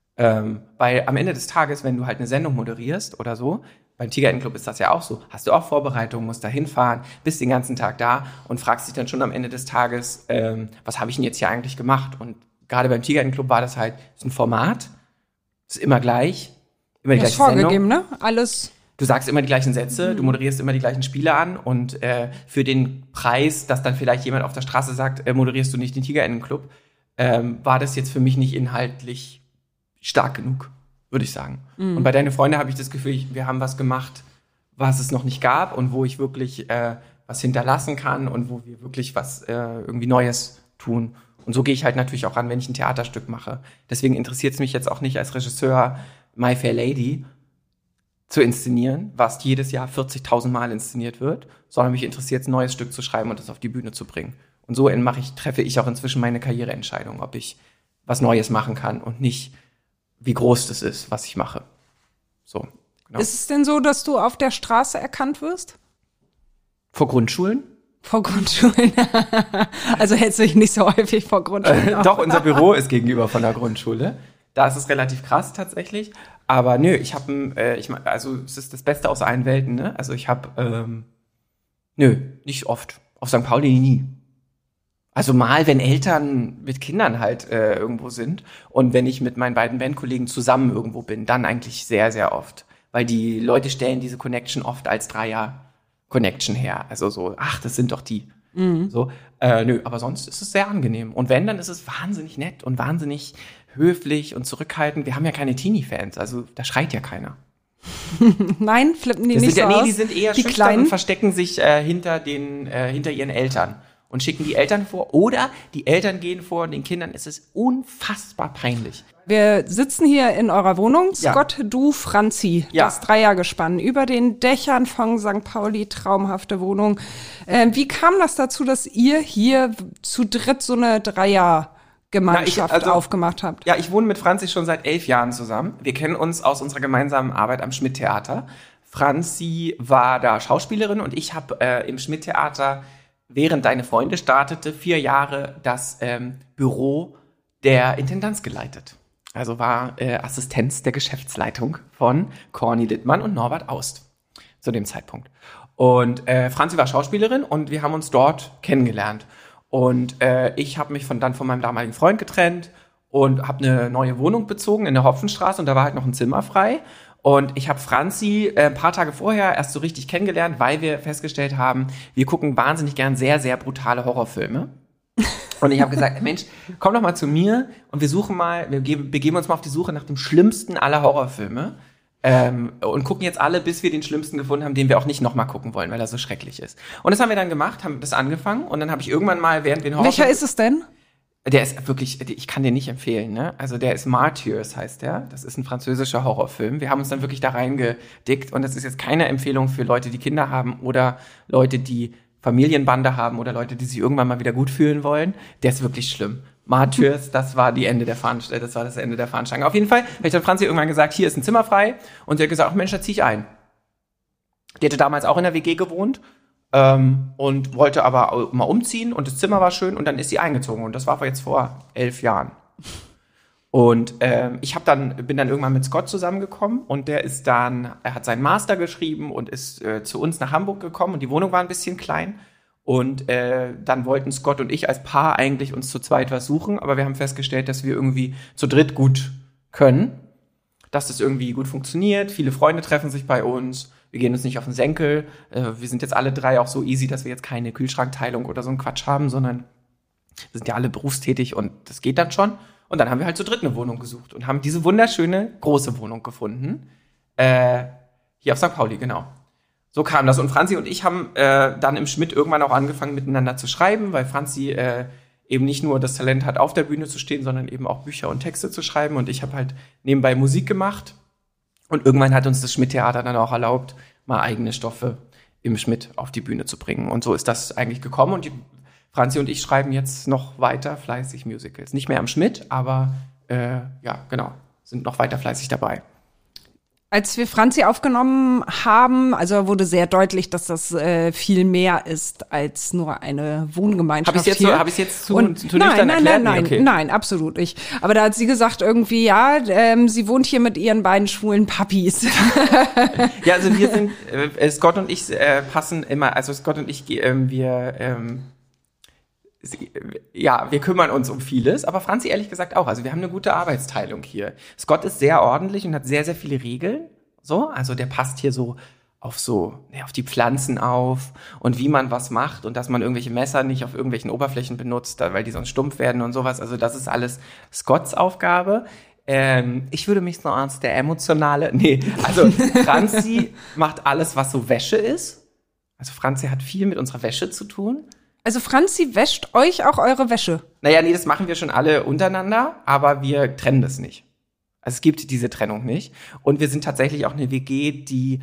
Weil am Ende des Tages, wenn du halt eine Sendung moderierst oder so, beim Tiger-Inn-Club ist das ja auch so, hast du auch Vorbereitung, musst da hinfahren, bist den ganzen Tag da und fragst dich dann schon am Ende des Tages, was habe ich denn jetzt hier eigentlich gemacht? Und gerade beim Tiger-Inn-Club war das halt, ist ein Format, ist immer gleich, immer die gleiche vorgegeben, Sendung. Ne? Alles. Du sagst immer die gleichen Sätze, du moderierst immer die gleichen Spiele an und für den Preis, dass dann vielleicht jemand auf der Straße sagt, moderierst du nicht den Tiger-Inn-Club, war das jetzt für mich nicht inhaltlich stark genug, würde ich sagen. Und bei Deine Freunde habe ich das Gefühl, wir haben was gemacht, was es noch nicht gab und wo ich wirklich was hinterlassen kann und wo wir wirklich was irgendwie Neues tun. Und so gehe ich halt natürlich auch ran, wenn ich ein Theaterstück mache. Deswegen interessiert es mich jetzt auch nicht als Regisseur My Fair Lady zu inszenieren, was jedes Jahr 40.000 Mal inszeniert wird, sondern mich interessiert es, ein neues Stück zu schreiben und das auf die Bühne zu bringen. Und so treffe ich auch inzwischen meine Karriereentscheidung, ob ich was Neues machen kann und nicht, wie groß das ist, was ich mache. So, genau. Ist es denn so, dass du auf der Straße erkannt wirst? Vor Grundschulen? Vor Grundschulen. Also hältst du dich nicht so häufig vor Grundschulen auf. Doch, unser Büro ist gegenüber von der Grundschule. Da ist es relativ krass tatsächlich. Aber nö, also es ist das Beste aus allen Welten, ne? Also ich habe, nicht oft. Auf St. Pauli nie. Also mal, wenn Eltern mit Kindern halt irgendwo sind und wenn ich mit meinen beiden Bandkollegen zusammen irgendwo bin, dann eigentlich sehr, sehr oft. Weil die Leute stellen diese Connection oft als Dreier-Connection her. Also so, ach, das sind doch die. So, aber sonst ist es sehr angenehm. Und wenn, dann ist es wahnsinnig nett und wahnsinnig höflich und zurückhaltend. Wir haben ja keine Teenie-Fans, also da schreit ja keiner. Nein, flippen die nicht so aus? Die sind eher die schüchtern Kleinen? und verstecken sich hinter ihren Eltern und schicken die Eltern vor. Oder die Eltern gehen vor und den Kindern ist es unfassbar peinlich. Wir sitzen hier in eurer Wohnung, Ja. Scott, du, Franzi, Ja. das Dreiergespann, über den Dächern von St. Pauli, traumhafte Wohnung. Wie kam das dazu, dass ihr hier zu dritt so eine Dreiergemeinschaft aufgemacht habt? Ja, ich wohne mit Franzi schon seit 11 Jahren zusammen. Wir kennen uns aus unserer gemeinsamen Arbeit am Schmidt-Theater. Franzi war da Schauspielerin und ich habe im Schmidt-Theater, während Deine Freunde startete, 4 Jahre das Büro der Intendanz geleitet. Also war Assistenz der Geschäftsleitung von Corny Littmann und Norbert Aust zu dem Zeitpunkt. Und Franzi war Schauspielerin und wir haben uns dort kennengelernt. Und ich habe mich dann von meinem damaligen Freund getrennt und habe eine neue Wohnung bezogen in der Hopfenstraße und da war halt noch ein Zimmer frei. Und ich habe Franzi ein paar Tage vorher erst so richtig kennengelernt, weil wir festgestellt haben, wir gucken wahnsinnig gern sehr, sehr brutale Horrorfilme. Und ich habe gesagt, Mensch, komm doch mal zu mir und wir begeben uns mal auf die Suche nach dem schlimmsten aller Horrorfilme und gucken jetzt alle, bis wir den schlimmsten gefunden haben, den wir auch nicht nochmal gucken wollen, weil er so schrecklich ist. Und das haben wir dann gemacht, haben das angefangen und dann habe ich irgendwann mal, während wir den Horrorfilm... Welcher ist es denn? Der ist wirklich, ich kann den nicht empfehlen, ne? Also der ist Martyrs, heißt der. Das ist ein französischer Horrorfilm. Wir haben uns dann wirklich da reingedickt und das ist jetzt keine Empfehlung für Leute, die Kinder haben oder Leute, die Familienbande haben oder Leute, die sich irgendwann mal wieder gut fühlen wollen. Der ist wirklich schlimm. Martyrs, das war das Ende der Fahnenstange. Auf jeden Fall habe ich dann Franzi irgendwann gesagt, hier ist ein Zimmer frei. Und sie hat gesagt, ach Mensch, da ziehe ich ein. Die hatte damals auch in der WG gewohnt und wollte aber mal umziehen und das Zimmer war schön und dann ist sie eingezogen. Und das war jetzt vor 11 Jahren. Und ich bin dann irgendwann mit Scott zusammengekommen und er hat seinen Master geschrieben und ist zu uns nach Hamburg gekommen und die Wohnung war ein bisschen klein. Und dann wollten Scott und ich als Paar eigentlich uns zu zweit was suchen, aber wir haben festgestellt, dass wir irgendwie zu dritt gut können, dass das irgendwie gut funktioniert. Viele Freunde treffen sich bei uns, wir gehen uns nicht auf den Senkel. Wir sind jetzt alle 3 auch so easy, dass wir jetzt keine Kühlschrankteilung oder so einen Quatsch haben, sondern wir sind ja alle berufstätig und das geht dann schon. Und dann haben wir halt zu dritt eine Wohnung gesucht und haben diese wunderschöne große Wohnung gefunden. Hier auf St. Pauli, genau. so kam das. Und Franzi und ich haben dann im Schmidt irgendwann auch angefangen, miteinander zu schreiben, weil Franzi eben nicht nur das Talent hat, auf der Bühne zu stehen, sondern eben auch Bücher und Texte zu schreiben. Und ich habe halt nebenbei Musik gemacht. Und irgendwann hat uns das Schmidt-Theater dann auch erlaubt, mal eigene Stoffe im Schmidt auf die Bühne zu bringen. Und so ist das eigentlich gekommen. Und Franzi und ich schreiben jetzt noch weiter fleißig Musicals. Nicht mehr am Schmidt, aber sind noch weiter fleißig dabei. Als wir Franzi aufgenommen haben, also wurde sehr deutlich, dass das viel mehr ist als nur eine Wohngemeinschaft. Hab ich jetzt zu nüchtern erklärt? Nein, absolut nicht. Aber da hat sie gesagt irgendwie, sie wohnt hier mit ihren beiden schwulen Papis. Ja, also wir sind, Scott und ich passen immer, also Scott und ich, wir kümmern uns um vieles, aber Franzi ehrlich gesagt auch. Also wir haben eine gute Arbeitsteilung hier. Scott ist sehr ordentlich und hat sehr, sehr viele Regeln. So, also der passt hier so auf die Pflanzen auf und wie man was macht und dass man irgendwelche Messer nicht auf irgendwelchen Oberflächen benutzt, weil die sonst stumpf werden und sowas. Also das ist alles Scotts Aufgabe. Ich würde mich so als der emotionale, also Franzi macht alles, was so Wäsche ist. Also Franzi hat viel mit unserer Wäsche zu tun. Also Franzi wäscht euch auch eure Wäsche? Das machen wir schon alle untereinander, aber wir trennen das nicht. Also es gibt diese Trennung nicht. Und wir sind tatsächlich auch eine WG, die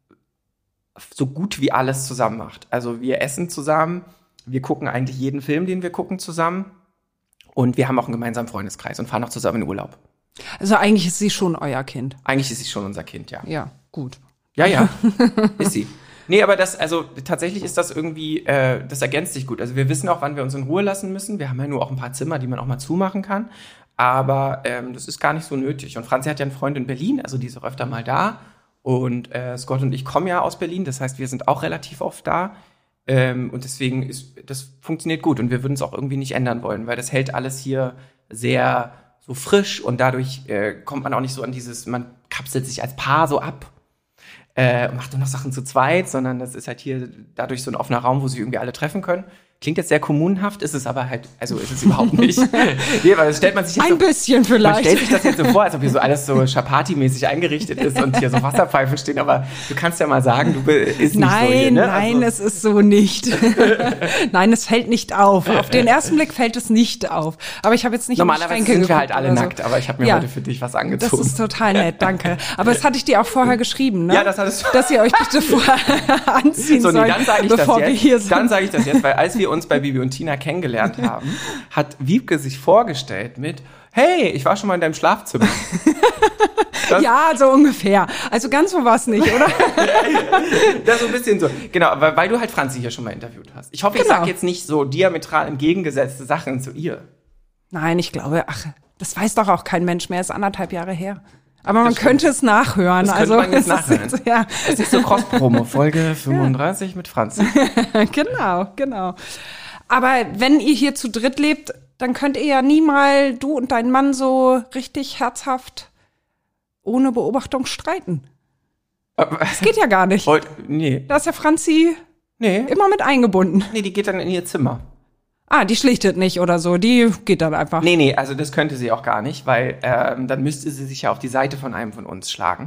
so gut wie alles zusammen macht. Also wir essen zusammen, wir gucken eigentlich jeden Film, den wir gucken, zusammen. Und wir haben auch einen gemeinsamen Freundeskreis und fahren auch zusammen in Urlaub. Also eigentlich ist sie schon euer Kind? Eigentlich ist sie schon unser Kind, ja. Ja, gut. Ja, ist sie. Aber tatsächlich ist das irgendwie, das ergänzt sich gut. Also wir wissen auch, wann wir uns in Ruhe lassen müssen. Wir haben ja nur auch ein paar Zimmer, die man auch mal zumachen kann. Aber das ist gar nicht so nötig. Und Franzi hat ja einen Freund in Berlin, also die ist auch öfter mal da. Und Scott und ich kommen ja aus Berlin, das heißt, wir sind auch relativ oft da. Und deswegen das funktioniert gut. Und wir würden es auch irgendwie nicht ändern wollen, weil das hält alles hier sehr so frisch. Und dadurch kommt man auch nicht so an man kapselt sich als Paar so ab. Macht nur noch Sachen zu zweit, sondern das ist halt hier dadurch so ein offener Raum, wo sich irgendwie alle treffen können. Klingt jetzt sehr kommunenhaft, ist es aber halt, also ist es überhaupt nicht. Weil das stellt man sich jetzt ein bisschen vielleicht. Man stellt sich das jetzt so vor, als ob hier so alles so Chapati-mäßig eingerichtet ist und hier so Wasserpfeifen stehen, aber du kannst ja mal sagen, ist nicht so hier, ne? Nein, es ist so nicht. Nein, es fällt nicht auf. Auf den ersten Blick fällt es nicht auf. Aber ich habe jetzt nicht normalerweise sind wir halt alle nackt, aber ich habe mir heute für dich was angezogen. Das ist total nett, danke. Aber das hatte ich dir auch vorher geschrieben, ne? Ja, das hattest du. Dass ihr euch bitte vorher anziehen sollt, bevor wir hier sind. Dann sage ich das jetzt, weil als wir uns bei Bibi und Tina kennengelernt haben, hat Wiebke sich vorgestellt mit, hey, ich war schon mal in deinem Schlafzimmer. Ja, so ungefähr. Also ganz so war es nicht, oder? Das ist so ein bisschen so. Genau, weil du halt Franzi hier schon mal interviewt hast. Ich hoffe, ich sage jetzt nicht so diametral entgegengesetzte Sachen zu ihr. Nein, ich glaube, das weiß doch auch kein Mensch mehr, ist 1,5 Jahre her. Aber man könnte es nachhören. Das könnte man jetzt nachhören. Es ist so Cross-Promo, Folge 35 mit Franzi. Genau. Aber wenn ihr hier zu dritt lebt, dann könnt ihr ja nie mal, du und dein Mann, so richtig herzhaft ohne Beobachtung streiten. Das geht ja gar nicht. Nee. Da ist ja Franzi immer mit eingebunden. Nee, die geht dann in ihr Zimmer. Die schlichtet nicht oder so, die geht dann einfach. Nee, also das könnte sie auch gar nicht, weil dann müsste sie sich ja auf die Seite von einem von uns schlagen.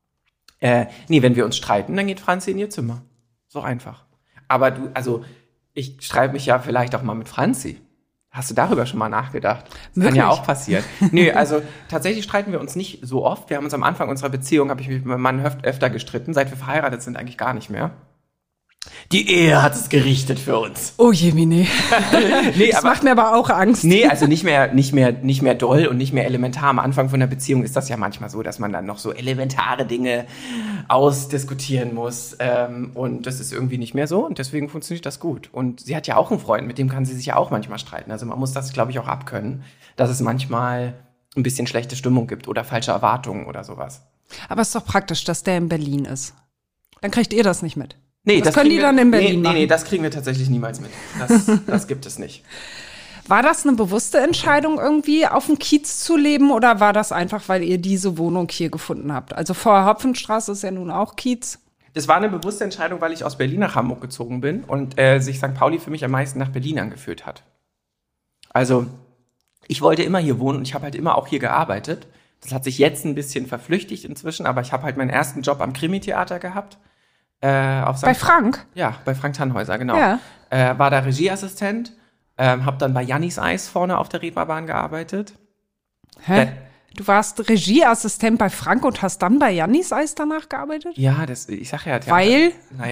Wenn wir uns streiten, dann geht Franzi in ihr Zimmer. So einfach. Aber ich streite mich ja vielleicht auch mal mit Franzi. Hast du darüber schon mal nachgedacht? Das kann ja auch passieren. Also tatsächlich streiten wir uns nicht so oft. Wir haben uns am Anfang unserer Beziehung, habe ich mich mit meinem Mann öfter gestritten. Seit wir verheiratet sind, eigentlich gar nicht mehr. Die Ehe hat es gerichtet für uns. Oh Jemine. Das macht mir aber auch Angst. Also nicht mehr doll und nicht mehr elementar. Am Anfang von der Beziehung ist das ja manchmal so, dass man dann noch so elementare Dinge ausdiskutieren muss. Und das ist irgendwie nicht mehr so. Und deswegen funktioniert das gut. Und sie hat ja auch einen Freund, mit dem kann sie sich ja auch manchmal streiten. Also man muss das, glaube ich, auch abkönnen, dass es manchmal ein bisschen schlechte Stimmung gibt oder falsche Erwartungen oder sowas. Aber es ist doch praktisch, dass der in Berlin ist. Dann kriegt ihr das nicht mit. Nee, das können die dann in Berlin machen. Nee, das kriegen wir tatsächlich niemals mit. Das gibt es nicht. War das eine bewusste Entscheidung, irgendwie auf dem Kiez zu leben, oder war das einfach, weil ihr diese Wohnung hier gefunden habt? Also vor Hopfenstraße ist ja nun auch Kiez. Das war eine bewusste Entscheidung, weil ich aus Berlin nach Hamburg gezogen bin und sich St. Pauli für mich am meisten nach Berlin angefühlt hat. Also ich wollte immer hier wohnen und ich habe halt immer auch hier gearbeitet. Das hat sich jetzt ein bisschen verflüchtigt inzwischen, aber ich habe halt meinen ersten Job am Krimi-Theater gehabt. Bei Frank? Ja, bei Frank Tannhäuser, genau. Ja. War da Regieassistent, hab dann bei Jannis Eis vorne auf der Reeperbahn gearbeitet. Hä? Du warst Regieassistent bei Frank und hast dann bei Jannis Eis danach gearbeitet? Ja, ich sag ja. Weil?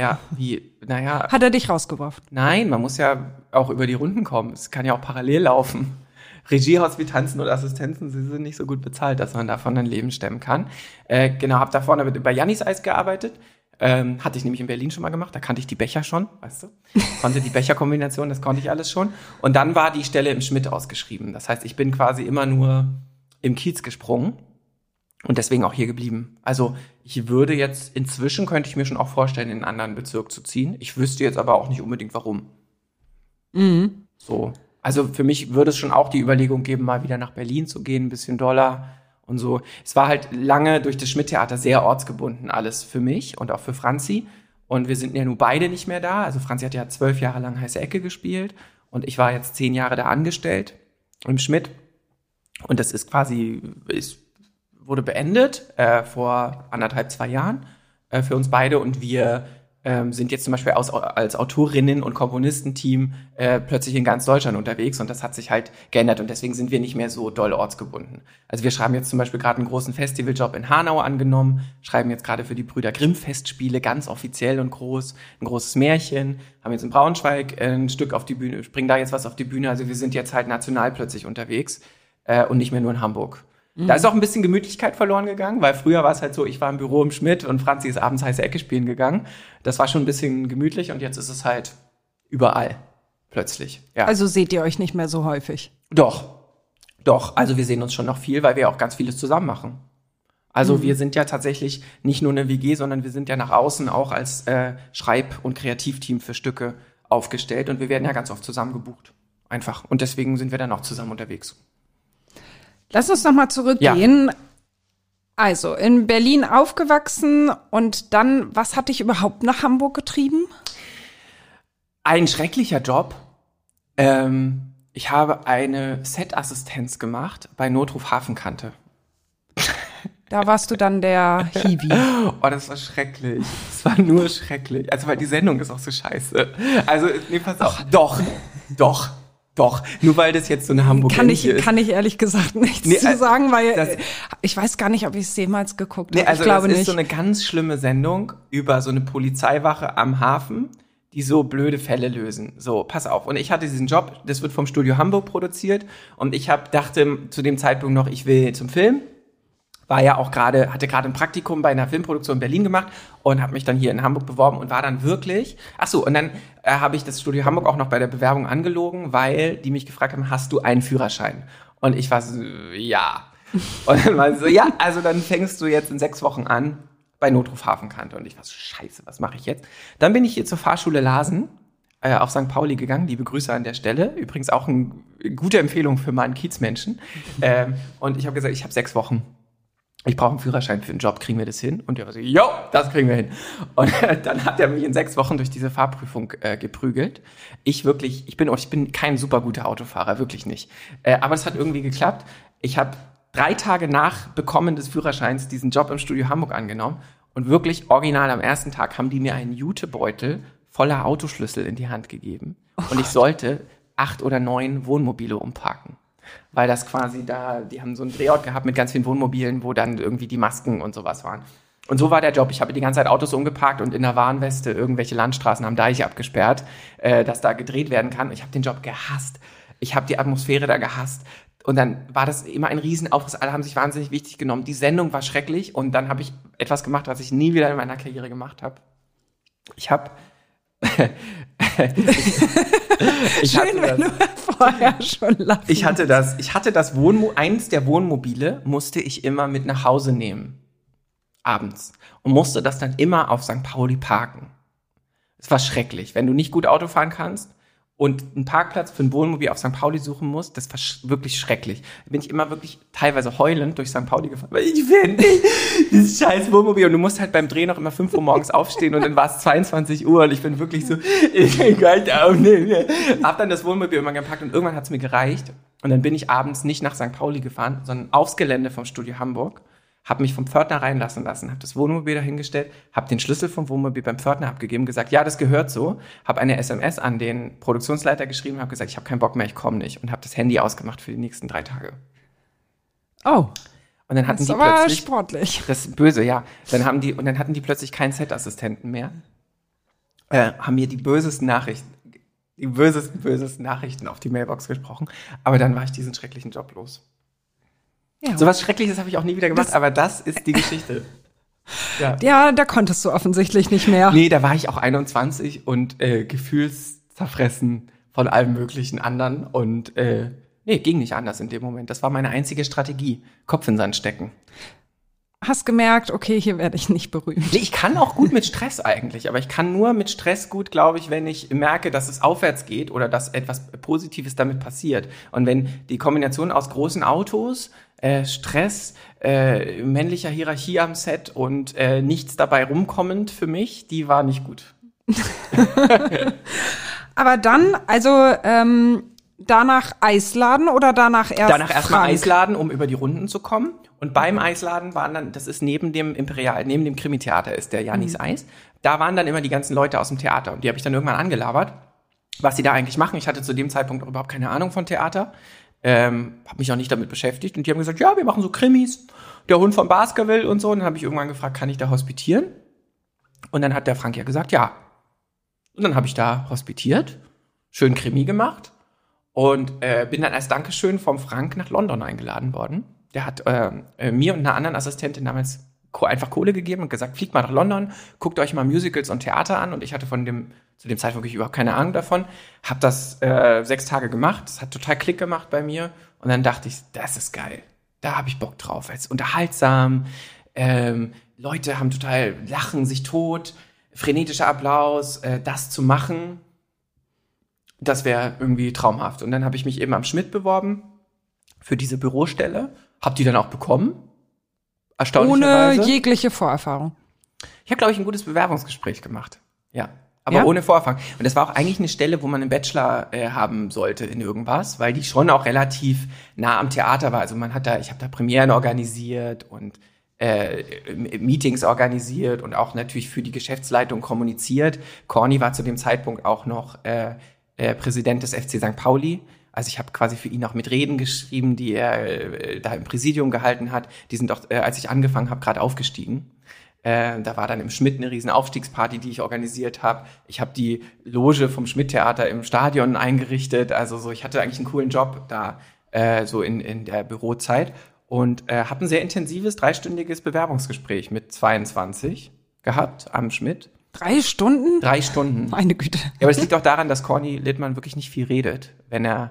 Hat er dich rausgeworfen? Nein, man muss ja auch über die Runden kommen. Es kann ja auch parallel laufen. Regiehospitanzen und Assistenzen, sie sind nicht so gut bezahlt, dass man davon ein Leben stemmen kann. Genau, hab da vorne bei Jannis Eis gearbeitet. Hatte ich nämlich in Berlin schon mal gemacht, da kannte ich die Becher schon, weißt du? Konnte die Becherkombination, das konnte ich alles schon. Und dann war die Stelle im Schmidt ausgeschrieben. Das heißt, ich bin quasi immer nur im Kiez gesprungen und deswegen auch hier geblieben. Also ich würde jetzt, inzwischen könnte ich mir schon auch vorstellen, in einen anderen Bezirk zu ziehen. Ich wüsste jetzt aber auch nicht unbedingt, warum. Mhm. So. Also für mich würde es schon auch die Überlegung geben, mal wieder nach Berlin zu gehen, ein bisschen doller. Und so, es war halt lange durch das Schmidt-Theater sehr ortsgebunden alles für mich und auch für Franzi. Und wir sind ja nun beide nicht mehr da. Also Franzi hat ja 12 Jahre lang Heiße Ecke gespielt und ich war jetzt 10 Jahre da angestellt im Schmidt. Und das ist quasi, wurde beendet vor 1,5-2 Jahren für uns beide. Und wir sind jetzt zum Beispiel als Autorinnen- und Komponistenteam plötzlich in ganz Deutschland unterwegs und das hat sich halt geändert und deswegen sind wir nicht mehr so doll ortsgebunden. Also wir schreiben jetzt zum Beispiel gerade einen großen Festivaljob in Hanau angenommen, schreiben jetzt gerade für die Brüder Grimm Festspiele ganz offiziell und groß, ein großes Märchen, haben jetzt in Braunschweig ein Stück auf die Bühne, bringen da jetzt was auf die Bühne, also wir sind jetzt halt national plötzlich unterwegs und nicht mehr nur in Hamburg. Da ist auch ein bisschen Gemütlichkeit verloren gegangen, weil früher war es halt so, ich war im Büro im Schmidt und Franzi ist abends Heiße Ecke spielen gegangen. Das war schon ein bisschen gemütlich und jetzt ist es halt überall plötzlich. Ja. Also seht ihr euch nicht mehr so häufig? Doch. Also wir sehen uns schon noch viel, weil wir auch ganz vieles zusammen machen. Also wir sind ja tatsächlich nicht nur eine WG, sondern wir sind ja nach außen auch als Schreib- und Kreativteam für Stücke aufgestellt und wir werden ja ganz oft zusammen gebucht. Einfach. Und deswegen sind wir dann auch zusammen unterwegs. Lass uns nochmal zurückgehen. Ja. Also, in Berlin aufgewachsen und dann, was hat dich überhaupt nach Hamburg getrieben? Ein schrecklicher Job. Ich habe eine Set-Assistenz gemacht bei Notruf Hafenkante. Da warst du dann der Hiwi. Oh, das war schrecklich. Das war nur schrecklich. Also, weil die Sendung ist auch so scheiße. Also, nee, pass auf. Doch, nur weil das jetzt so eine Hamburg-Ente ist. Kann ich ehrlich gesagt nichts zu sagen, weil ich weiß gar nicht, ob ich es jemals geguckt habe. Also ich glaube das ist nicht. so eine ganz schlimme Sendung über so eine Polizeiwache am Hafen, die so blöde Fälle lösen. So, pass auf. Und ich hatte diesen Job, das wird vom Studio Hamburg produziert und ich dachte zu dem Zeitpunkt noch, ich will zum Film. Hatte gerade ein Praktikum bei einer Filmproduktion in Berlin gemacht und habe mich dann hier in Hamburg beworben und war dann wirklich, und dann habe ich das Studio Hamburg auch noch bei der Bewerbung angelogen, weil die mich gefragt haben, hast du einen Führerschein? Und ich war so, ja. Und dann war sie so, ja, also dann fängst du jetzt in 6 Wochen an bei Notruf Hafenkante. Und ich war so, scheiße, was mache ich jetzt? Dann bin ich hier zur Fahrschule Larsen auf St. Pauli gegangen, liebe Grüße an der Stelle. Übrigens auch eine gute Empfehlung für meinen Kiezmenschen. Und ich habe gesagt, ich habe 6 Wochen. Ich brauche einen Führerschein für einen Job, kriegen wir das hin? Und der war so, jo, das kriegen wir hin. Und dann hat er mich in 6 Wochen durch diese Fahrprüfung geprügelt. Ich bin kein super guter Autofahrer, wirklich nicht. Aber es hat irgendwie geklappt. Ich habe 3 Tage nach Bekommen des Führerscheins diesen Job im Studio Hamburg angenommen. Und wirklich original am ersten Tag haben die mir einen Jutebeutel voller Autoschlüssel in die Hand gegeben. Und ich sollte 8 oder 9 Wohnmobile umparken. Weil das quasi die haben so einen Drehort gehabt mit ganz vielen Wohnmobilen, wo dann irgendwie die Masken und sowas waren. Und so war der Job. Ich habe die ganze Zeit Autos umgeparkt und in der Warnweste irgendwelche Landstraßen am Deich abgesperrt, dass da gedreht werden kann. Ich habe den Job gehasst. Ich habe die Atmosphäre da gehasst. Und dann war das immer ein Riesenaufriss. Alle haben sich wahnsinnig wichtig genommen. Die Sendung war schrecklich. Und dann habe ich etwas gemacht, was ich nie wieder in meiner Karriere gemacht habe. Ich hatte eins der Wohnmobile musste ich immer mit nach Hause nehmen. Abends. Und musste das dann immer auf St. Pauli parken. Es war schrecklich. Wenn du nicht gut Auto fahren kannst und einen Parkplatz für ein Wohnmobil auf St. Pauli suchen musst, das war wirklich schrecklich. Da bin ich immer wirklich teilweise heulend durch St. Pauli gefahren, weil ich will nicht dieses scheiß Wohnmobil. Und du musst halt beim Dreh noch immer 5 Uhr morgens aufstehen und dann war es 22 Uhr und ich bin wirklich so, ich kann gar nicht aufnehmen. Hab dann das Wohnmobil immer gepackt und irgendwann hat es mir gereicht. Und dann bin ich abends nicht nach St. Pauli gefahren, sondern aufs Gelände vom Studio Hamburg, habe mich vom Pförtner reinlassen lassen, habe das Wohnmobil dahingestellt, habe den Schlüssel vom Wohnmobil beim Pförtner abgegeben, gesagt, ja, das gehört so, habe eine SMS an den Produktionsleiter geschrieben, habe gesagt, ich habe keinen Bock mehr, ich komme nicht und habe das Handy ausgemacht für die nächsten 3 Tage. Oh. Und dann hatten das ist die aber plötzlich sportlich. das ist böse, ja. Dann hatten die plötzlich keinen Set-Assistenten mehr. Haben mir die bösesten Nachrichten auf die Mailbox gesprochen. Aber dann war ich diesen schrecklichen Job los. Ja. So was Schreckliches habe ich auch nie wieder gemacht, aber das ist die Geschichte. Ja, da konntest du offensichtlich nicht mehr. Nee, da war ich auch 21 und gefühlszerfressen von allem möglichen anderen und ging nicht anders in dem Moment. Das war meine einzige Strategie. Kopf in den Sand stecken. Hast gemerkt, okay, hier werde ich nicht berühmt. Nee, ich kann auch gut mit Stress eigentlich, aber ich kann nur mit Stress gut, glaube ich, wenn ich merke, dass es aufwärts geht oder dass etwas Positives damit passiert. Und wenn die Kombination aus großen Autos, Stress, männlicher Hierarchie am Set und nichts dabei rumkommend für mich, die war nicht gut. Aber dann, also danach Eisladen oder danach erst Danach erstmal Eisladen, um über die Runden zu kommen. Und beim Eisladen waren dann, das ist neben dem Krimi-Theater ist der Jannis Eis. Da waren dann immer die ganzen Leute aus dem Theater. Und die habe ich dann irgendwann angelabert, was sie da eigentlich machen. Ich hatte zu dem Zeitpunkt auch überhaupt keine Ahnung von Theater. Habe mich auch nicht damit beschäftigt. Und die haben gesagt, ja, wir machen so Krimis. Der Hund von Baskerville und so. Und dann habe ich irgendwann gefragt, kann ich da hospitieren? Und dann hat der Frank ja gesagt, ja. Und dann habe ich da hospitiert, schön Krimi gemacht. Und bin dann als Dankeschön vom Frank nach London eingeladen worden. Der hat mir und einer anderen Assistentin damals einfach Kohle gegeben und gesagt, fliegt mal nach London, guckt euch mal Musicals und Theater an. Und ich hatte zu dem Zeitpunkt wirklich überhaupt keine Ahnung davon. Hab das 6 Tage gemacht. Das hat total Klick gemacht bei mir. Und dann dachte ich, das ist geil. Da habe ich Bock drauf. Es ist unterhaltsam. Leute haben total lachen sich tot. Frenetischer Applaus. Das zu machen, das wäre irgendwie traumhaft. Und dann habe ich mich eben am Schmidt beworben für diese Bürostelle. Hab die dann auch bekommen. Erstaunlicherweise. Ohne jegliche Vorerfahrung. Ich habe, glaube ich, ein gutes Bewerbungsgespräch gemacht. Ja. Aber ohne Vorerfahrung. Und das war auch eigentlich eine Stelle, wo man einen Bachelor haben sollte in irgendwas, weil die schon auch relativ nah am Theater war. Also ich habe da Premieren organisiert und Meetings organisiert und auch natürlich für die Geschäftsleitung kommuniziert. Corny war zu dem Zeitpunkt auch noch Präsident des FC St. Pauli. Also ich habe quasi für ihn auch mit Reden geschrieben, die er da im Präsidium gehalten hat. Die sind auch, als ich angefangen habe, gerade aufgestiegen. Da war dann im Schmidt eine riesen Aufstiegsparty, die ich organisiert habe. Ich habe die Loge vom Schmidt-Theater im Stadion eingerichtet. Also so, ich hatte eigentlich einen coolen Job da so in der Bürozeit. Und habe ein sehr intensives 3-stündiges Bewerbungsgespräch mit 22 gehabt am Schmidt. 3 Stunden? 3 Stunden. Meine Güte. Ja, aber es liegt auch daran, dass Corny Littmann wirklich nicht viel redet. Da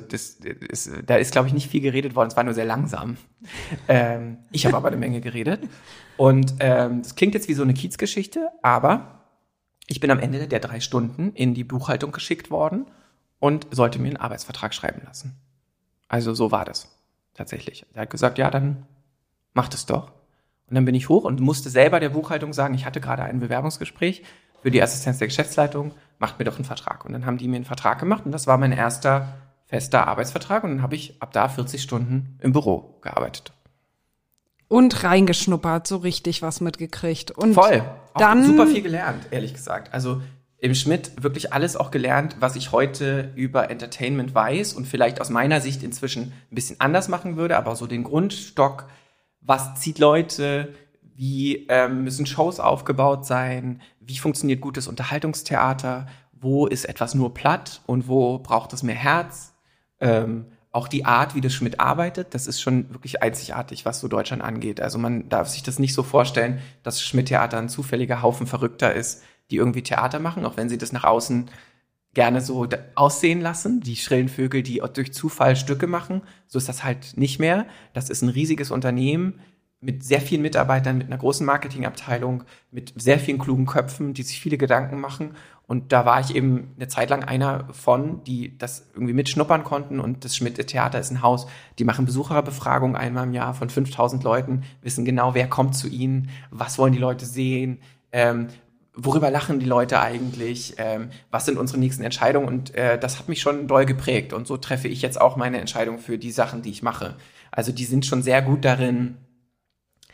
ist, glaube ich, nicht viel geredet worden, es war nur sehr langsam. Ich habe aber eine Menge geredet. Und das klingt jetzt wie so eine Kiezgeschichte, aber ich bin am Ende der 3 Stunden in die Buchhaltung geschickt worden und sollte mir einen Arbeitsvertrag schreiben lassen. Also so war das tatsächlich. Er hat gesagt, ja, dann mach das doch. Und dann bin ich hoch und musste selber der Buchhaltung sagen, ich hatte gerade ein Bewerbungsgespräch für die Assistenz der Geschäftsleitung, macht mir doch einen Vertrag. Und dann haben die mir einen Vertrag gemacht und das war mein erster fester Arbeitsvertrag. Und dann habe ich ab da 40 Stunden im Büro gearbeitet. Und reingeschnuppert, so richtig was mitgekriegt. Und voll. Dann auch super viel gelernt, ehrlich gesagt. Also im Schmidt wirklich alles auch gelernt, was ich heute über Entertainment weiß und vielleicht aus meiner Sicht inzwischen ein bisschen anders machen würde, aber so den Grundstock, was zieht Leute, wie müssen Shows aufgebaut sein, wie funktioniert gutes Unterhaltungstheater, wo ist etwas nur platt und wo braucht es mehr Herz. Auch die Art, wie das Schmidt arbeitet, das ist schon wirklich einzigartig, was so Deutschland angeht. Also man darf sich das nicht so vorstellen, dass Schmidt-Theater ein zufälliger Haufen Verrückter ist, die irgendwie Theater machen, auch wenn sie das nach außen gerne so aussehen lassen, die schrillen Vögel, die durch Zufall Stücke machen. So ist das halt nicht mehr. Das ist ein riesiges Unternehmen mit sehr vielen Mitarbeitern, mit einer großen Marketingabteilung, mit sehr vielen klugen Köpfen, die sich viele Gedanken machen. Und da war ich eben eine Zeit lang einer von, die das irgendwie mitschnuppern konnten. Und das Schmidt-Theater ist ein Haus, die machen Besucherbefragungen einmal im Jahr von 5.000 Leuten, wissen genau, wer kommt zu ihnen, was wollen die Leute sehen, worüber lachen die Leute eigentlich, was sind unsere nächsten Entscheidungen. Und das hat mich schon doll geprägt. Und so treffe ich jetzt auch meine Entscheidung für die Sachen, die ich mache. Also die sind schon sehr gut darin,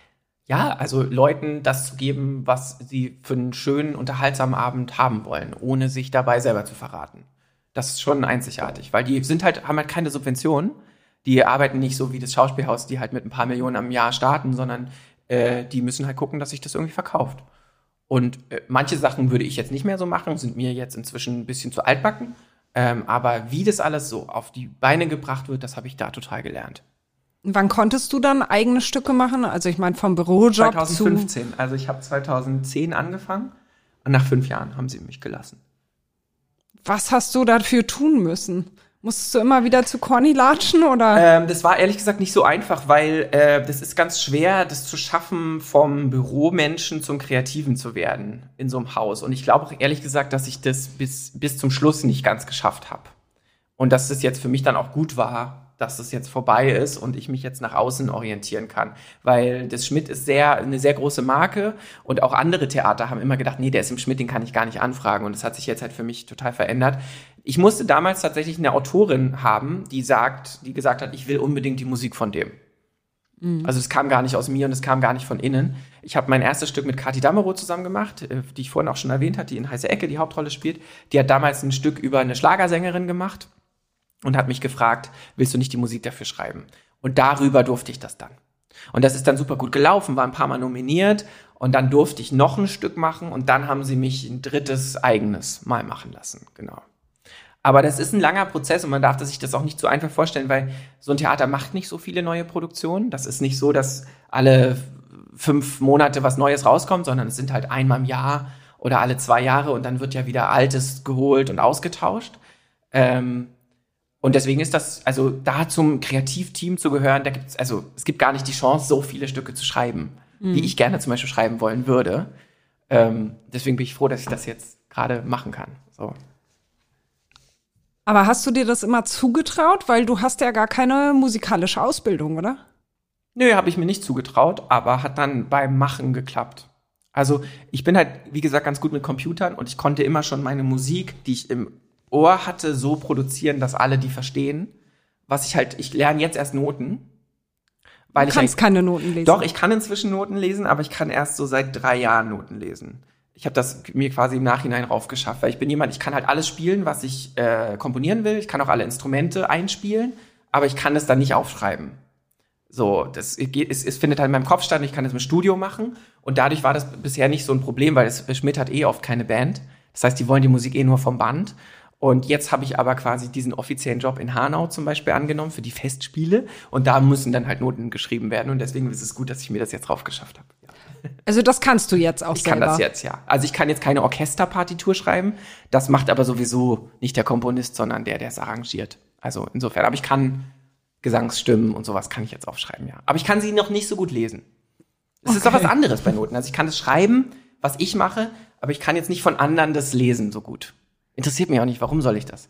Ja, also Leuten das zu geben, was sie für einen schönen, unterhaltsamen Abend haben wollen, ohne sich dabei selber zu verraten. Das ist schon einzigartig, weil die haben halt keine Subventionen. Die arbeiten nicht so wie das Schauspielhaus, die halt mit ein paar Millionen am Jahr starten, sondern die müssen halt gucken, dass sich das irgendwie verkauft. Und manche Sachen würde ich jetzt nicht mehr so machen, sind mir jetzt inzwischen ein bisschen zu altbacken. Aber wie das alles so auf die Beine gebracht wird, das habe ich da total gelernt. Wann konntest du dann eigene Stücke machen? Also ich meine vom Bürojob 2015. Also ich habe 2010 angefangen und nach 5 Jahren haben sie mich gelassen. Was hast du dafür tun müssen? Musstest du immer wieder zu Corny latschen, oder? Das war ehrlich gesagt nicht so einfach, weil das ist ganz schwer, das zu schaffen, vom Büromenschen zum Kreativen zu werden in so einem Haus. Und ich glaube auch ehrlich gesagt, dass ich das bis zum Schluss nicht ganz geschafft habe. Und dass es jetzt für mich dann auch gut war, dass es jetzt vorbei ist und ich mich jetzt nach außen orientieren kann. Weil das Schmidt ist eine sehr große Marke und auch andere Theater haben immer gedacht, nee, der ist im Schmidt, den kann ich gar nicht anfragen. Und das hat sich jetzt halt für mich total verändert. Ich musste damals tatsächlich eine Autorin haben, die gesagt hat, ich will unbedingt die Musik von dem. Mhm. Also es kam gar nicht aus mir und es kam gar nicht von innen. Ich habe mein erstes Stück mit Kathi Damerow zusammen gemacht, die ich vorhin auch schon erwähnt habe, die in Heiße Ecke die Hauptrolle spielt. Die hat damals ein Stück über eine Schlagersängerin gemacht und hat mich gefragt, willst du nicht die Musik dafür schreiben? Und darüber durfte ich das dann. Und das ist dann super gut gelaufen, war ein paar Mal nominiert und dann durfte ich noch ein Stück machen und dann haben sie mich ein drittes eigenes Mal machen lassen, genau. Aber das ist ein langer Prozess und man darf sich das auch nicht so einfach vorstellen, weil so ein Theater macht nicht so viele neue Produktionen. Das ist nicht so, dass alle 5 Monate was Neues rauskommt, sondern es sind halt einmal im Jahr oder alle 2 Jahre und dann wird ja wieder Altes geholt und ausgetauscht. Und deswegen ist das, also da zum Kreativteam zu gehören, es gibt gar nicht die Chance, so viele Stücke zu schreiben, wie ich gerne zum Beispiel schreiben wollen würde. Deswegen bin ich froh, dass ich das jetzt gerade machen kann. So. Aber hast du dir das immer zugetraut? Weil du hast ja gar keine musikalische Ausbildung, oder? Nö, habe ich mir nicht zugetraut, aber hat dann beim Machen geklappt. Also ich bin halt, wie gesagt, ganz gut mit Computern und ich konnte immer schon meine Musik, die ich im Ohr hatte, so produzieren, dass alle die verstehen. Ich lerne jetzt erst Noten. Du kannst keine Noten lesen. Doch, ich kann inzwischen Noten lesen, aber ich kann erst so seit 3 Jahren Noten lesen. Ich habe das mir quasi im Nachhinein raufgeschafft, weil ich kann halt alles spielen, was ich komponieren will. Ich kann auch alle Instrumente einspielen, aber ich kann es dann nicht aufschreiben. So, es findet halt in meinem Kopf statt und ich kann es im Studio machen. Und dadurch war das bisher nicht so ein Problem, weil Schmidt hat oft keine Band. Das heißt, die wollen die Musik nur vom Band. Und jetzt habe ich aber quasi diesen offiziellen Job in Hanau zum Beispiel angenommen für die Festspiele. Und da müssen dann halt Noten geschrieben werden. Und deswegen ist es gut, dass ich mir das jetzt raufgeschafft habe. Ja. Also das kannst du jetzt auch selber? Ich kann das jetzt, ja. Also ich kann jetzt keine Orchesterpartitur schreiben. Das macht aber sowieso nicht der Komponist, sondern der es arrangiert. Also insofern. Aber ich kann Gesangsstimmen und sowas kann ich jetzt aufschreiben, ja. Aber ich kann sie noch nicht so gut lesen. Es ist doch was anderes bei Noten. Also ich kann das schreiben, was ich mache, aber ich kann jetzt nicht von anderen das lesen so gut. Interessiert mich auch nicht, warum soll ich das?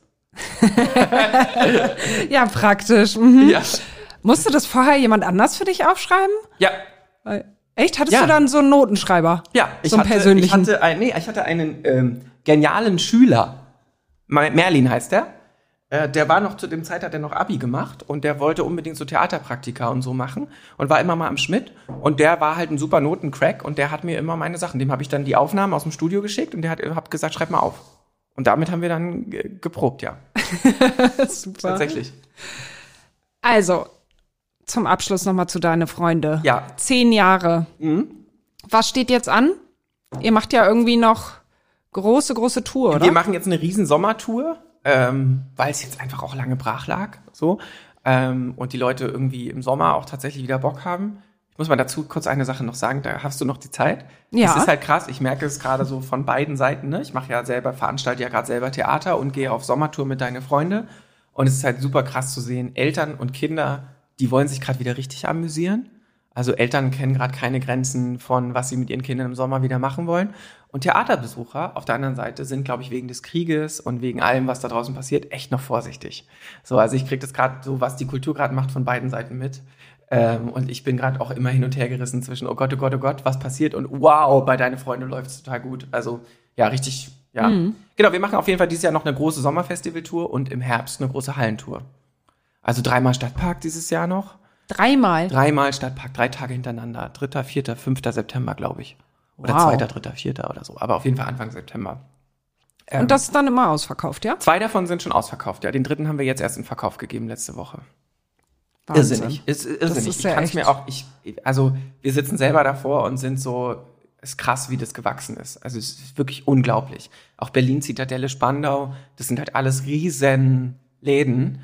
Ja, praktisch. Mhm. Ja. Musste das vorher jemand anders für dich aufschreiben? Ja. Echt? Hattest du dann so einen Notenschreiber? Ja, so einen persönlichen? Ich hatte einen genialen Schüler. Merlin heißt der. Der war noch zu dem Zeit, hat er noch Abi gemacht und der wollte unbedingt so Theaterpraktika und so machen und war immer mal am Schmidt und der war halt ein super Notencrack und der hat mir immer meine Sachen, dem habe ich dann die Aufnahmen aus dem Studio geschickt und der hat gesagt, schreib mal auf. Und damit haben wir dann geprobt, ja. Super. Tatsächlich. Also, zum Abschluss nochmal zu deinen Freunde. Ja. 10 Jahre. Mhm. Was steht jetzt an? Ihr macht ja irgendwie noch große Tour, oder? Wir machen jetzt eine riesen Sommertour, weil es jetzt einfach auch lange brach lag. So. Und die Leute irgendwie im Sommer auch tatsächlich wieder Bock haben. Ich muss mal dazu kurz eine Sache noch sagen, da hast du noch die Zeit. Ja. Es ist halt krass, ich merke es gerade so von beiden Seiten. Ne? Ich veranstalte ja gerade selber Theater und gehe auf Sommertour mit deinen Freunden. Und es ist halt super krass zu sehen, Eltern und Kinder, die wollen sich gerade wieder richtig amüsieren. Also Eltern kennen gerade keine Grenzen von, was sie mit ihren Kindern im Sommer wieder machen wollen. Und Theaterbesucher auf der anderen Seite sind, glaube ich, wegen des Krieges und wegen allem, was da draußen passiert, echt noch vorsichtig. So, also ich kriege das gerade so, was die Kultur gerade macht, von beiden Seiten mit. Und ich bin gerade auch immer hin und her gerissen zwischen, oh Gott, was passiert? Und wow, bei deinen Freunden läuft es total gut. Also ja, richtig, ja. Mhm. Genau, wir machen auf jeden Fall dieses Jahr noch eine große Sommerfestivaltour und im Herbst eine große Hallentour. Also 3-mal Stadtpark dieses Jahr noch. Dreimal? 3-mal Stadtpark, 3 Tage hintereinander. 3., 4., 5. September, glaube ich. Oder Wow. 2., 3., 4. oder so. Aber auf jeden Fall Anfang September. Und das ist dann immer ausverkauft, ja? 2 davon sind schon ausverkauft, ja. Den 3. haben wir jetzt erst in Verkauf gegeben letzte Woche. Wahnsinn. Irrsinnig. Ist irrsinnig. ist ja ich kann es echt- mir auch, also wir sitzen selber davor und sind so, ist krass, wie das gewachsen ist. Also es ist wirklich unglaublich. Auch Berlin, Zitadelle, Spandau, das sind halt alles riesen Läden.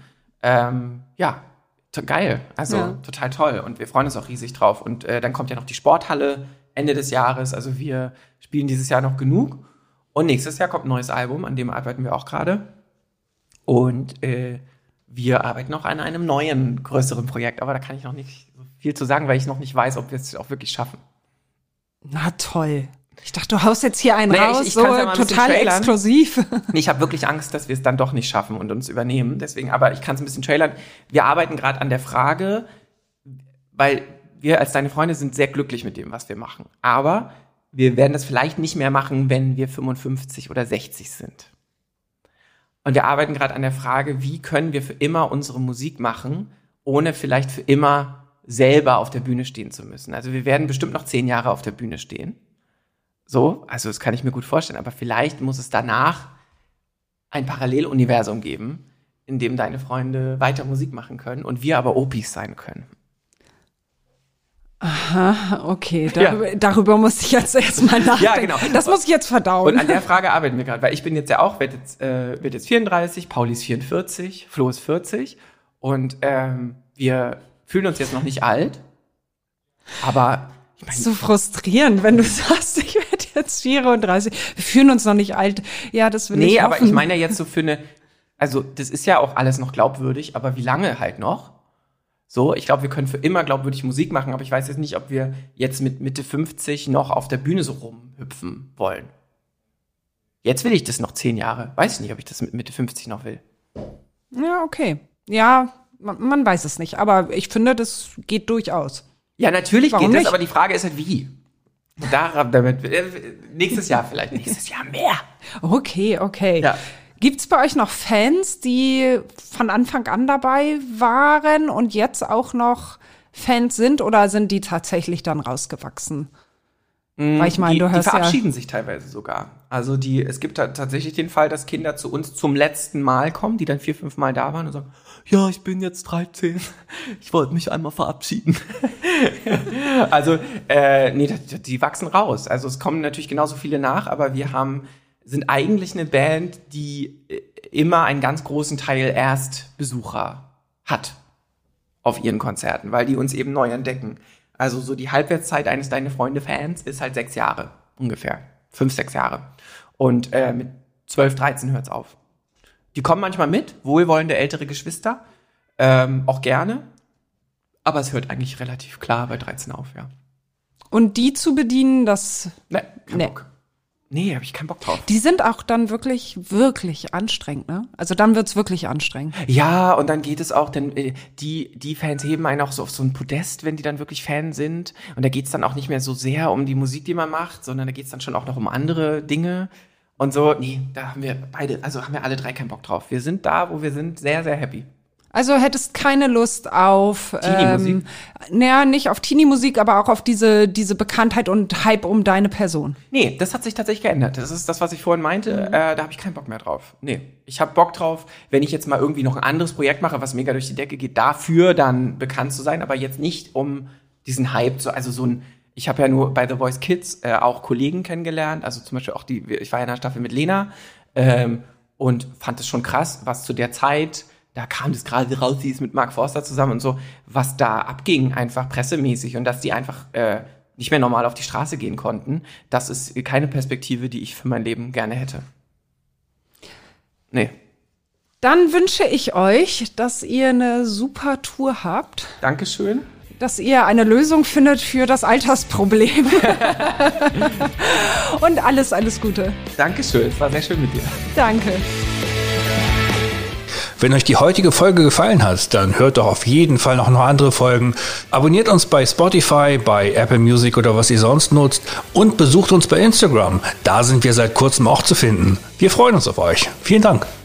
Geil. Also total toll. Und wir freuen uns auch riesig drauf. Und dann kommt ja noch die Sporthalle Ende des Jahres. Also wir spielen dieses Jahr noch genug. Und nächstes Jahr kommt ein neues Album, an dem arbeiten wir auch gerade. Und wir arbeiten auch an einem neuen, größeren Projekt. Aber da kann ich noch nicht so viel zu sagen, weil ich noch nicht weiß, ob wir es auch wirklich schaffen. Na toll. Ich dachte, du haust jetzt hier einen raus, ich so kann's ja mal ein bisschen total trailern. exklusiv. Ich habe wirklich Angst, dass wir es dann doch nicht schaffen und uns übernehmen. Deswegen, aber ich kann es ein bisschen trailern. Wir arbeiten gerade an der Frage, weil wir als deine Freunde sind sehr glücklich mit dem, was wir machen. Aber wir werden das vielleicht nicht mehr machen, wenn wir 55 oder 60 sind. Und wir arbeiten gerade an der Frage, wie können wir für immer unsere Musik machen, ohne vielleicht für immer selber auf der Bühne stehen zu müssen. Also wir werden bestimmt noch 10 Jahre auf der Bühne stehen. So, also das kann ich mir gut vorstellen, aber vielleicht muss es danach ein Paralleluniversum geben, in dem deine Freunde weiter Musik machen können und wir aber Opis sein können. Aha, okay, darüber muss ich jetzt erstmal nachdenken. Ja, genau. Das muss ich jetzt verdauen. Und an der Frage arbeiten wir gerade, weil ich bin jetzt ja auch, werd jetzt 34, Pauli ist 44, Flo ist 40 und wir fühlen uns jetzt noch nicht alt, aber ich Das ist so frustrierend, wenn du sagst, ich werde jetzt 34. Wir fühlen uns noch nicht alt. Ja, das will ich hoffen. aber ich meine ja jetzt so für also das ist ja auch alles noch glaubwürdig, aber wie lange halt noch? So, ich glaube, wir können für immer glaubwürdig Musik machen, aber ich weiß jetzt nicht, ob wir jetzt mit Mitte 50 noch auf der Bühne so rumhüpfen wollen. Jetzt will ich das noch 10 Jahre. Weiß ich nicht, ob ich das mit Mitte 50 noch will. Ja, okay. Ja, man weiß es nicht, aber ich finde, das geht durchaus. Ja, natürlich Warum geht das, nicht? aber die Frage ist halt, wie? Nächstes Jahr vielleicht, nächstes Jahr mehr. Okay. Ja. Gibt's bei euch noch Fans, die von Anfang an dabei waren und jetzt auch noch Fans sind, oder sind die tatsächlich dann rausgewachsen? Weil ich meine, du Die hörst ja... verabschieden sich teilweise sogar. Also es gibt tatsächlich den Fall, dass Kinder zu uns zum letzten Mal kommen, die dann 4-5 Mal da waren und sagen, ja, ich bin jetzt 13, ich wollte mich einmal verabschieden. Also, die wachsen raus. Also es kommen natürlich genauso viele nach, aber wir sind eigentlich eine Band, die immer einen ganz großen Teil Erstbesucher hat auf ihren Konzerten, weil die uns eben neu entdecken. Also so die Halbwertszeit eines Deine Freunde-Fans ist halt 6 Jahre ungefähr. 5, 6 Jahre. Und mit 12, 13 hört's auf. Die kommen manchmal mit, wohlwollende ältere Geschwister, auch gerne. Aber es hört eigentlich relativ klar bei 13 auf, ja. Und die zu bedienen, Kein Bock. Nee, habe ich keinen Bock drauf. die sind auch dann wirklich, wirklich anstrengend, ne? Also dann wird's wirklich anstrengend. Ja, und dann geht es auch, denn die Fans heben einen auch so auf so ein Podest, wenn die dann wirklich Fan sind. Und da geht's dann auch nicht mehr so sehr um die Musik, die man macht, sondern da geht's dann schon auch noch um andere Dinge. Und so, nee, da haben wir alle 3 keinen Bock drauf. Wir sind da, wo wir sind, sehr, sehr happy. Also hättest keine Lust auf Teenie-Musik? Nicht auf Teenie-Musik, aber auch auf diese Bekanntheit und Hype um deine Person. Nee, das hat sich tatsächlich geändert. Das ist das, was ich vorhin meinte. Da habe ich keinen Bock mehr drauf. Nee, ich habe Bock drauf, wenn ich jetzt mal irgendwie noch ein anderes Projekt mache, was mega durch die Decke geht, dafür dann bekannt zu sein, aber jetzt nicht um diesen Hype, ich habe ja nur bei The Voice Kids auch Kollegen kennengelernt, also zum Beispiel auch ich war ja in der Staffel mit Lena und fand es schon krass, was zu der Zeit, da kam das gerade raus, sie ist mit Mark Forster zusammen und so, was da abging, einfach pressemäßig und dass die einfach nicht mehr normal auf die Straße gehen konnten, das ist keine Perspektive, die ich für mein Leben gerne hätte. Nee. Dann wünsche ich euch, dass ihr eine super Tour habt. Dankeschön. Dass ihr eine Lösung findet für das Altersproblem. Und alles Gute. Dankeschön, es war sehr schön mit dir. Danke. Wenn euch die heutige Folge gefallen hat, dann hört doch auf jeden Fall noch andere Folgen. Abonniert uns bei Spotify, bei Apple Music oder was ihr sonst nutzt und besucht uns bei Instagram. Da sind wir seit kurzem auch zu finden. Wir freuen uns auf euch. Vielen Dank.